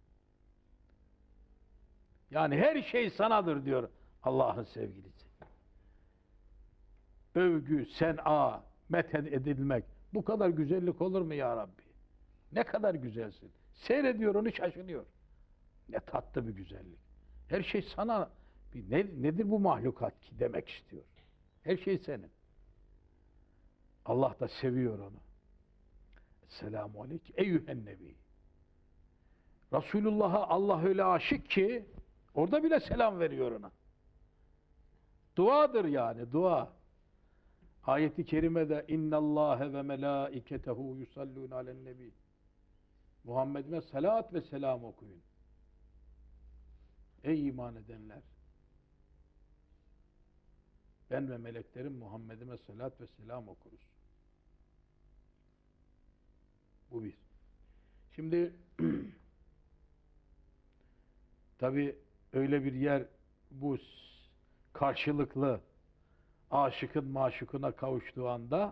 Yani her şey sanadır diyor Allah'ın sevgilisi. Övgü, sen'a, methed edilmek. Bu kadar güzellik olur mu ya Rabbi? Ne kadar güzelsin. Seyrediyor onu, şaşırıyor. Ne tatlı bir güzellik. Her şey sana, nedir bu mahlukat ki demek istiyor. Her şey senin. Allah da seviyor onu. Esselamu aleyke eyyühen nebi. Resulullah'a Allah öyle aşık ki orada bile selam veriyor ona. Duadır yani, dua. Ayet-i kerimede innallâhe ve melâiketehu yusallûne alen nebi. Muhammed'ime salat ve selam okuyun. Ey iman edenler! Ben ve meleklerim Muhammed'ime salat ve selam okuruz. Bu bir. Şimdi tabi öyle bir yer, bu karşılıklı aşıkın maşukuna kavuştuğu anda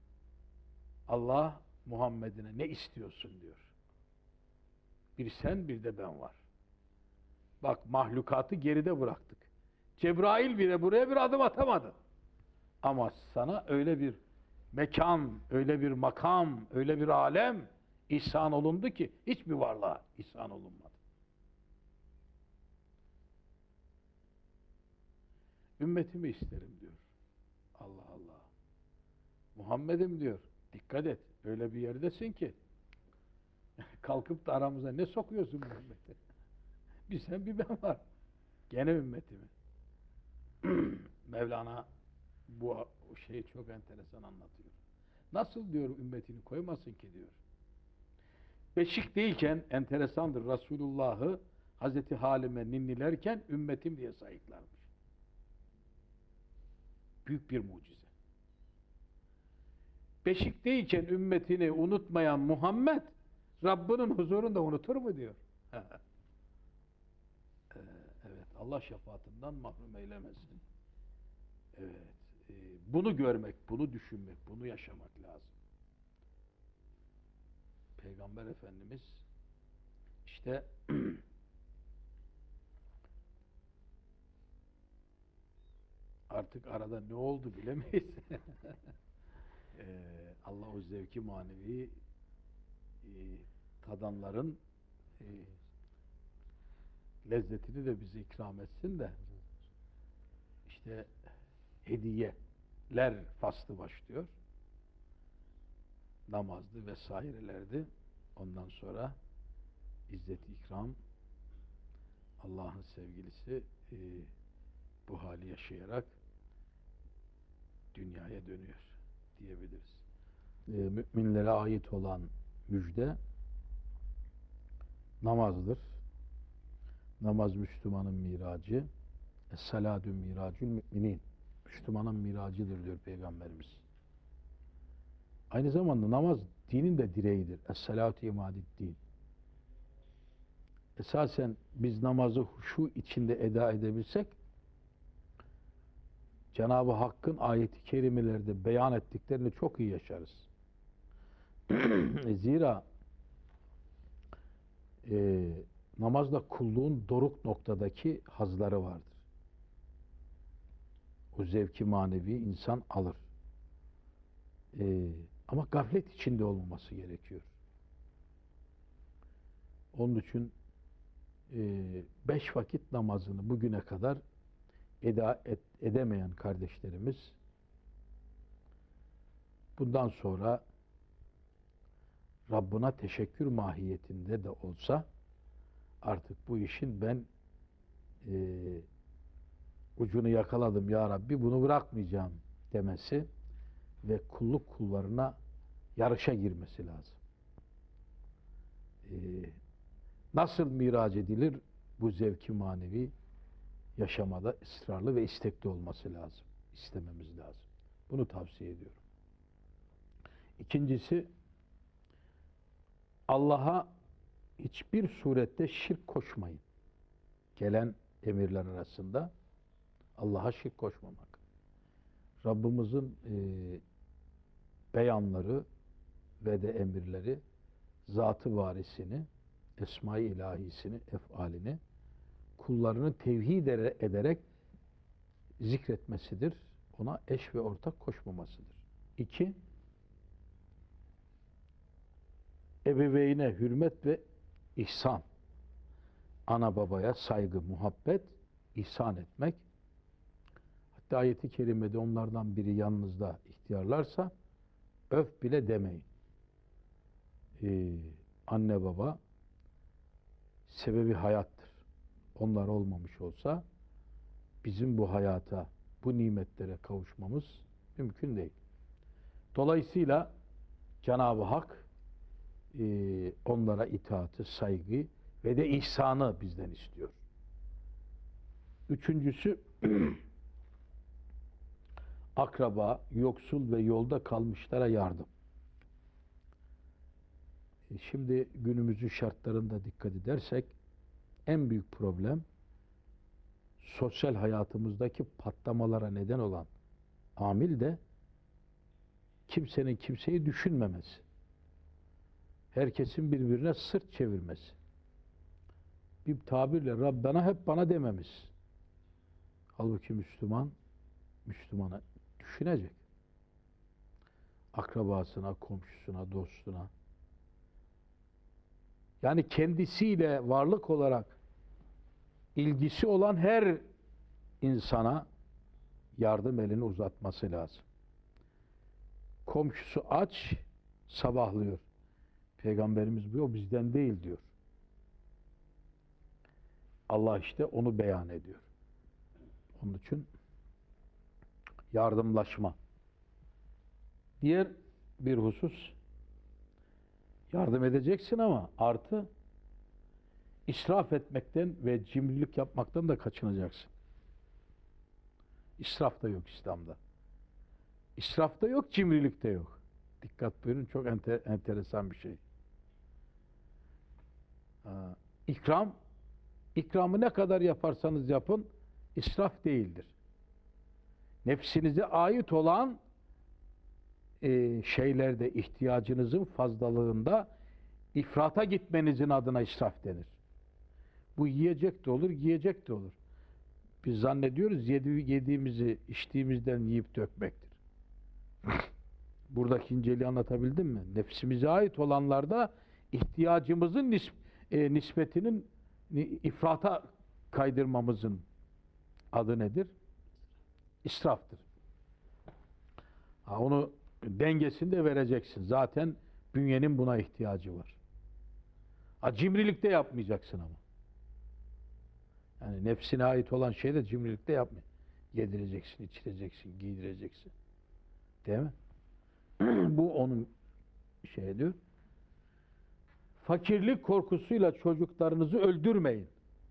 Allah Muhammed'ine ne istiyorsun diyor. Bir sen, bir de ben var. Bak, mahlukatı geride bıraktık. Cebrail bile buraya bir adım atamadı. Ama sana öyle bir mekan, öyle bir makam, öyle bir alem ihsan olundu ki hiçbir varlığa ihsan olunmadı. Ümmetimi isterim diyor. Allah Allah. Muhammed'im diyor. Dikkat et. Öyle bir yerdesin ki kalkıp da aramıza ne sokuyorsun Muhammed'e? Bir sen bir ben var. Gene ümmetimi. Mevlana bu şeyi çok enteresan anlatıyor. Nasıl diyor ümmetini koymasın ki diyor. Beşikteyken enteresandır, Resulullah'ı Hazreti Halime ninnilerken ümmetim diye sayıklarmış. Büyük bir mucize. Beşikteyken ümmetini unutmayan Muhammed Rabbinin huzurunda unutur mu diyor. Evet, Allah şefaatinden mahrum eylemesin. Evet, bunu görmek, bunu düşünmek, bunu yaşamak lazım. Peygamber Efendimiz işte artık arada ne oldu bilemeyiz. Allah o zevki manevi tadanların lezzetini de bize ikram etsin de işte hediyeler faslı başlıyor. Namazdı vesairelerdi. Ondan sonra izzet-i ikram, Allah'ın sevgilisi bu hali yaşayarak dünyaya dönüyor diyebiliriz. Müminlere ait olan müjde namazdır. Namaz Müslümanın miracı. Es-salâdü miracül müminin. Müslümanın miracıdır diyor Peygamberimiz. Aynı zamanda namaz dinin de direğidir. Es-salâtü imâdi'd-din. Esasen biz namazı huşu içinde eda edebilsek Cenab-ı Hakk'ın ayeti kerimelerde beyan ettiklerini çok iyi yaşarız. Zira namazda kulluğun doruk noktadaki hazları vardır. O zevki manevi insan alır. Ama gaflet içinde olmaması gerekiyor. Onun için 5 vakit namazını bugüne kadar edemeyen kardeşlerimiz bundan sonra Rabbına teşekkür mahiyetinde de olsa artık bu işin ben ucunu yakaladım ya Rabbi, bunu bırakmayacağım demesi ve kulluk kullarına yarışa girmesi lazım. Nasıl miraç edilir? Bu zevki manevi yaşamada ısrarlı ve istekli olması lazım. İstememiz lazım. Bunu tavsiye ediyorum. İkincisi, Allah'a hiçbir surette şirk koşmayın. Gelen emirler arasında Allah'a şirk koşmamak. Rabbimizin beyanları ve de emirleri, zatı varisini, esma-i ilahisini, efalini kullarını tevhid ederek zikretmesidir. Ona eş ve ortak koşmamasıdır. 2. Ebeveyne hürmet ve ihsan. Ana babaya saygı, muhabbet, ihsan etmek. Hatta ayeti kerimede onlardan biri yanınızda ihtiyarlarsa öf bile demeyin. Anne baba sebebi hayattır. Onlar olmamış olsa bizim bu hayata, bu nimetlere kavuşmamız mümkün değil. Dolayısıyla Cenab-ı Hak onlara itaatı, saygı ve de ihsanı bizden istiyor. Üçüncüsü, akraba, yoksul ve yolda kalmışlara yardım. Şimdi günümüzün şartlarında dikkat edersek en büyük problem sosyal hayatımızdaki patlamalara neden olan amil de kimsenin kimseyi düşünmemesi. Herkesin birbirine sırt çevirmesi. Bir tabirle Rabbena hep bana dememiz. Halbuki Müslüman, Müslümanı düşünecek. Akrabasına, komşusuna, dostuna. Yani kendisiyle varlık olarak ilgisi olan her insana yardım elini uzatması lazım. Komşusu aç, sabahlıyor. Peygamberimiz bu bizden değil diyor. Allah işte onu beyan ediyor. Onun için yardımlaşma. Diğer bir husus, yardım edeceksin ama artı israf etmekten ve cimrilik yapmaktan da kaçınacaksın. İsraf da yok İslam'da. İsraf da yok, cimrilik de yok. Dikkat buyurun, çok enteresan bir şey. İkramı ne kadar yaparsanız yapın, israf değildir. Nefsinize ait olan şeylerde, ihtiyacınızın fazlalığında ifrata gitmenizin adına israf denir. Bu yiyecek de olur, giyecek de olur. Biz zannediyoruz yediğimizi, içtiğimizden yiyip dökmektir. Buradaki inceliği anlatabildim mi? Nefsimize ait olanlarda ihtiyacımızın nispetinin ifrata kaydırmamızın adı nedir? İsraftır. Onu dengesini de vereceksin. Zaten bünyenin buna ihtiyacı var. Cimrilikte yapmayacaksın ama. Yani nefsine ait olan şeyi de cimrilikte yapma. Yedireceksin, içireceksin, giydireceksin. Değil mi? Bu onun şey diyor. Fakirlik korkusuyla çocuklarınızı öldürmeyin.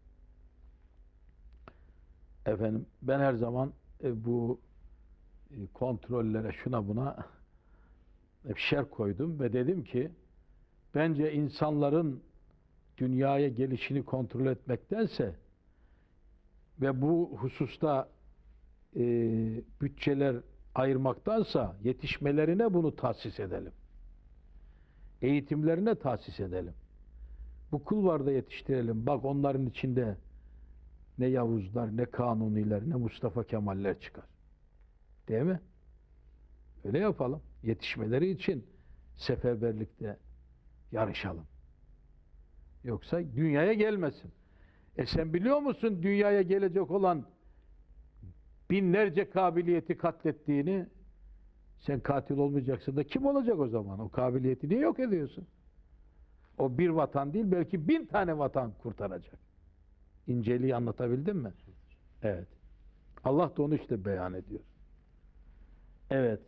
Efendim ben her zaman bu kontrollere şuna buna hep şer koydum ve dedim ki bence insanların dünyaya gelişini kontrol etmektense ve bu hususta bütçeler ayırmaktansa yetişmelerine bunu tahsis edelim. Eğitimlerine tahsis edelim. Bu kulvarda yetiştirelim. Bak onların içinde ne Yavuzlar, ne Kanuniler, ne Mustafa Kemaller çıkar. Değil mi? Öyle yapalım. Yetişmeleri için seferberlikte yarışalım. Yoksa dünyaya gelmesin. Sen biliyor musun dünyaya gelecek olan binlerce kabiliyeti katlettiğini, Sen katil olmayacaksın da kim olacak o zaman? O kabiliyeti niye yok ediyorsun? O bir vatan değil, belki 1000 tane vatan kurtaracak. İnceliği anlatabildim mi? Evet. Allah da onu işte beyan ediyor. Evet.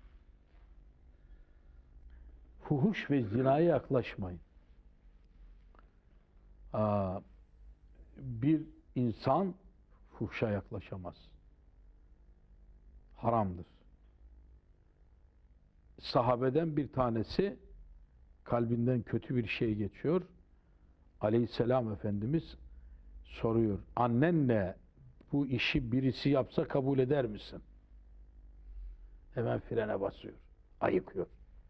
Fuhuş ve zinaya yaklaşmayın. Bir insan fuhşa yaklaşamaz. Haramdır. Sahabeden bir tanesi kalbinden kötü bir şey geçiyor. Aleyhisselam Efendimiz soruyor. Annenle bu işi birisi yapsa kabul eder misin? Hemen frene basıyor. Ayıkıyor.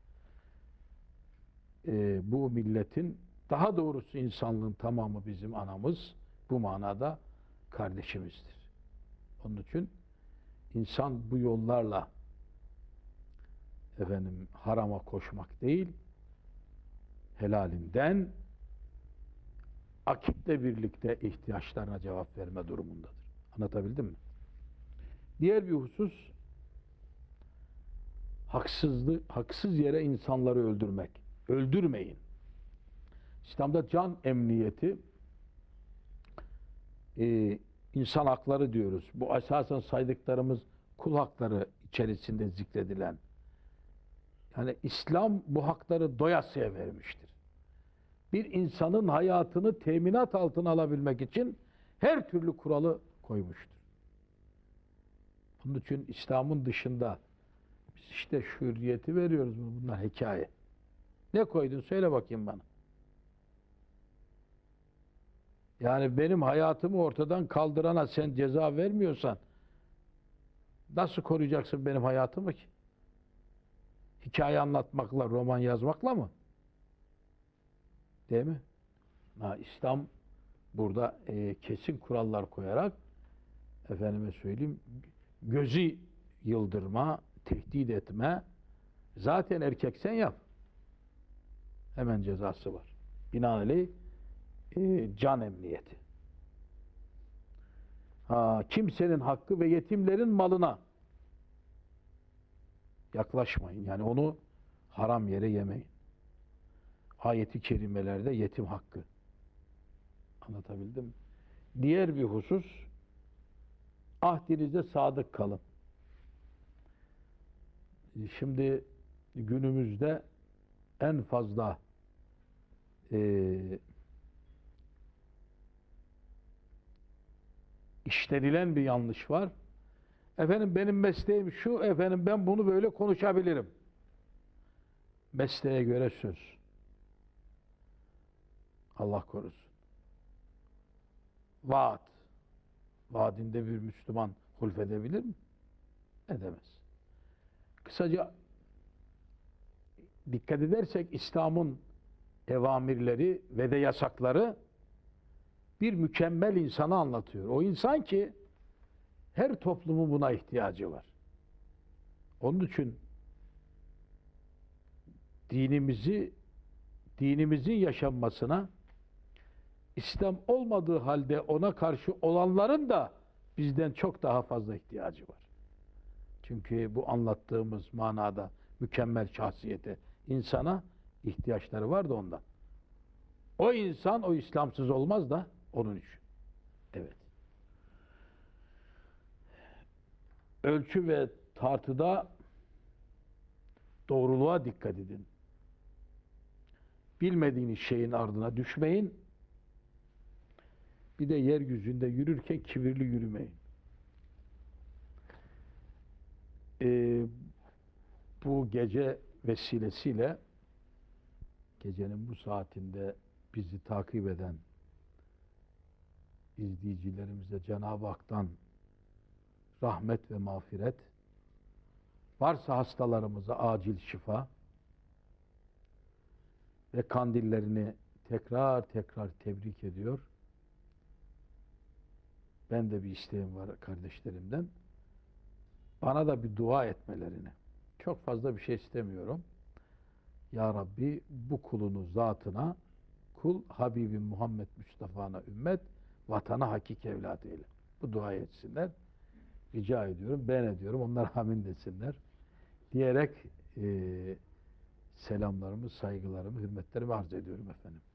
Bu milletin, daha doğrusu insanlığın tamamı bizim anamız, bu manada kardeşimizdir. Onun için insan bu yollarla harama koşmak değil, helalinden akitle birlikte ihtiyaçlarına cevap verme durumundadır. Anlatabildim mi? Diğer bir husus, haksız yere insanları öldürmek. Öldürmeyin. İslam'da can emniyeti, insan hakları diyoruz. Bu esasen saydıklarımız kul hakları içerisinde zikredilen. Yani İslam bu hakları doyasıya vermiştir. Bir insanın hayatını teminat altına alabilmek için her türlü kuralı koymuştur. Bunun için İslam'ın dışında biz işte hürriyeti veriyoruz. Bunlar hikaye. Ne koydun? Söyle bakayım bana. Yani benim hayatımı ortadan kaldırana sen ceza vermiyorsan nasıl koruyacaksın benim hayatımı ki? Hikaye anlatmakla, roman yazmakla mı? Değil mi? İslam burada kesin kurallar koyarak, efendime söyleyeyim, gözü yıldırma, tehdit etme, zaten erkeksen yap. Hemen cezası var. Binaenaleyh can emniyeti. Kimsenin hakkı ve yetimlerin malına yaklaşmayın. Yani onu haram yere yemeyin. Ayet-i kerimelerde yetim hakkı. Anlatabildim mi? Diğer bir husus, ahdinize sadık kalın. Şimdi günümüzde en fazla işlenilen bir yanlış var. Efendim benim mesleğim şu, efendim ben bunu böyle konuşabilirim. Mesleğe göre söz. Allah korusun. Vaat. Vaadinde bir Müslüman hulfedebilir mi? Edemez. Kısaca dikkat edersek İslam'ın evamirleri ve de yasakları bir mükemmel insanı anlatıyor. O insan ki her toplumun buna ihtiyacı var. Onun için dinimizin yaşanmasına, İslam olmadığı halde ona karşı olanların da bizden çok daha fazla ihtiyacı var. Çünkü bu anlattığımız manada mükemmel şahsiyete, insana ihtiyaçları var da ondan. O insan o İslamsız olmaz da onun için. Evet. Ölçü ve tartıda doğruluğa dikkat edin. Bilmediğiniz şeyin ardına düşmeyin. Bir de yeryüzünde yürürken kibirli yürümeyin. Bu gece vesilesiyle gecenin bu saatinde bizi takip eden izleyicilerimize Cenab-ı Hak'tan rahmet ve mağfiret, varsa hastalarımıza acil şifa ve kandillerini tekrar tekrar tebrik ediyor. Ben de bir isteğim var kardeşlerimden. Bana da bir dua etmelerini. Çok fazla bir şey istemiyorum. Ya Rabbi bu kulunu zatına, kul Habibim Muhammed Mustafa'na ümmet, vatana hakik evlat eyle. Bu duayı etsinler. Rica ediyorum, ben ediyorum. Onlar amin desinler. diyerek selamlarımı, saygılarımı, hürmetlerimi arz ediyorum efendim.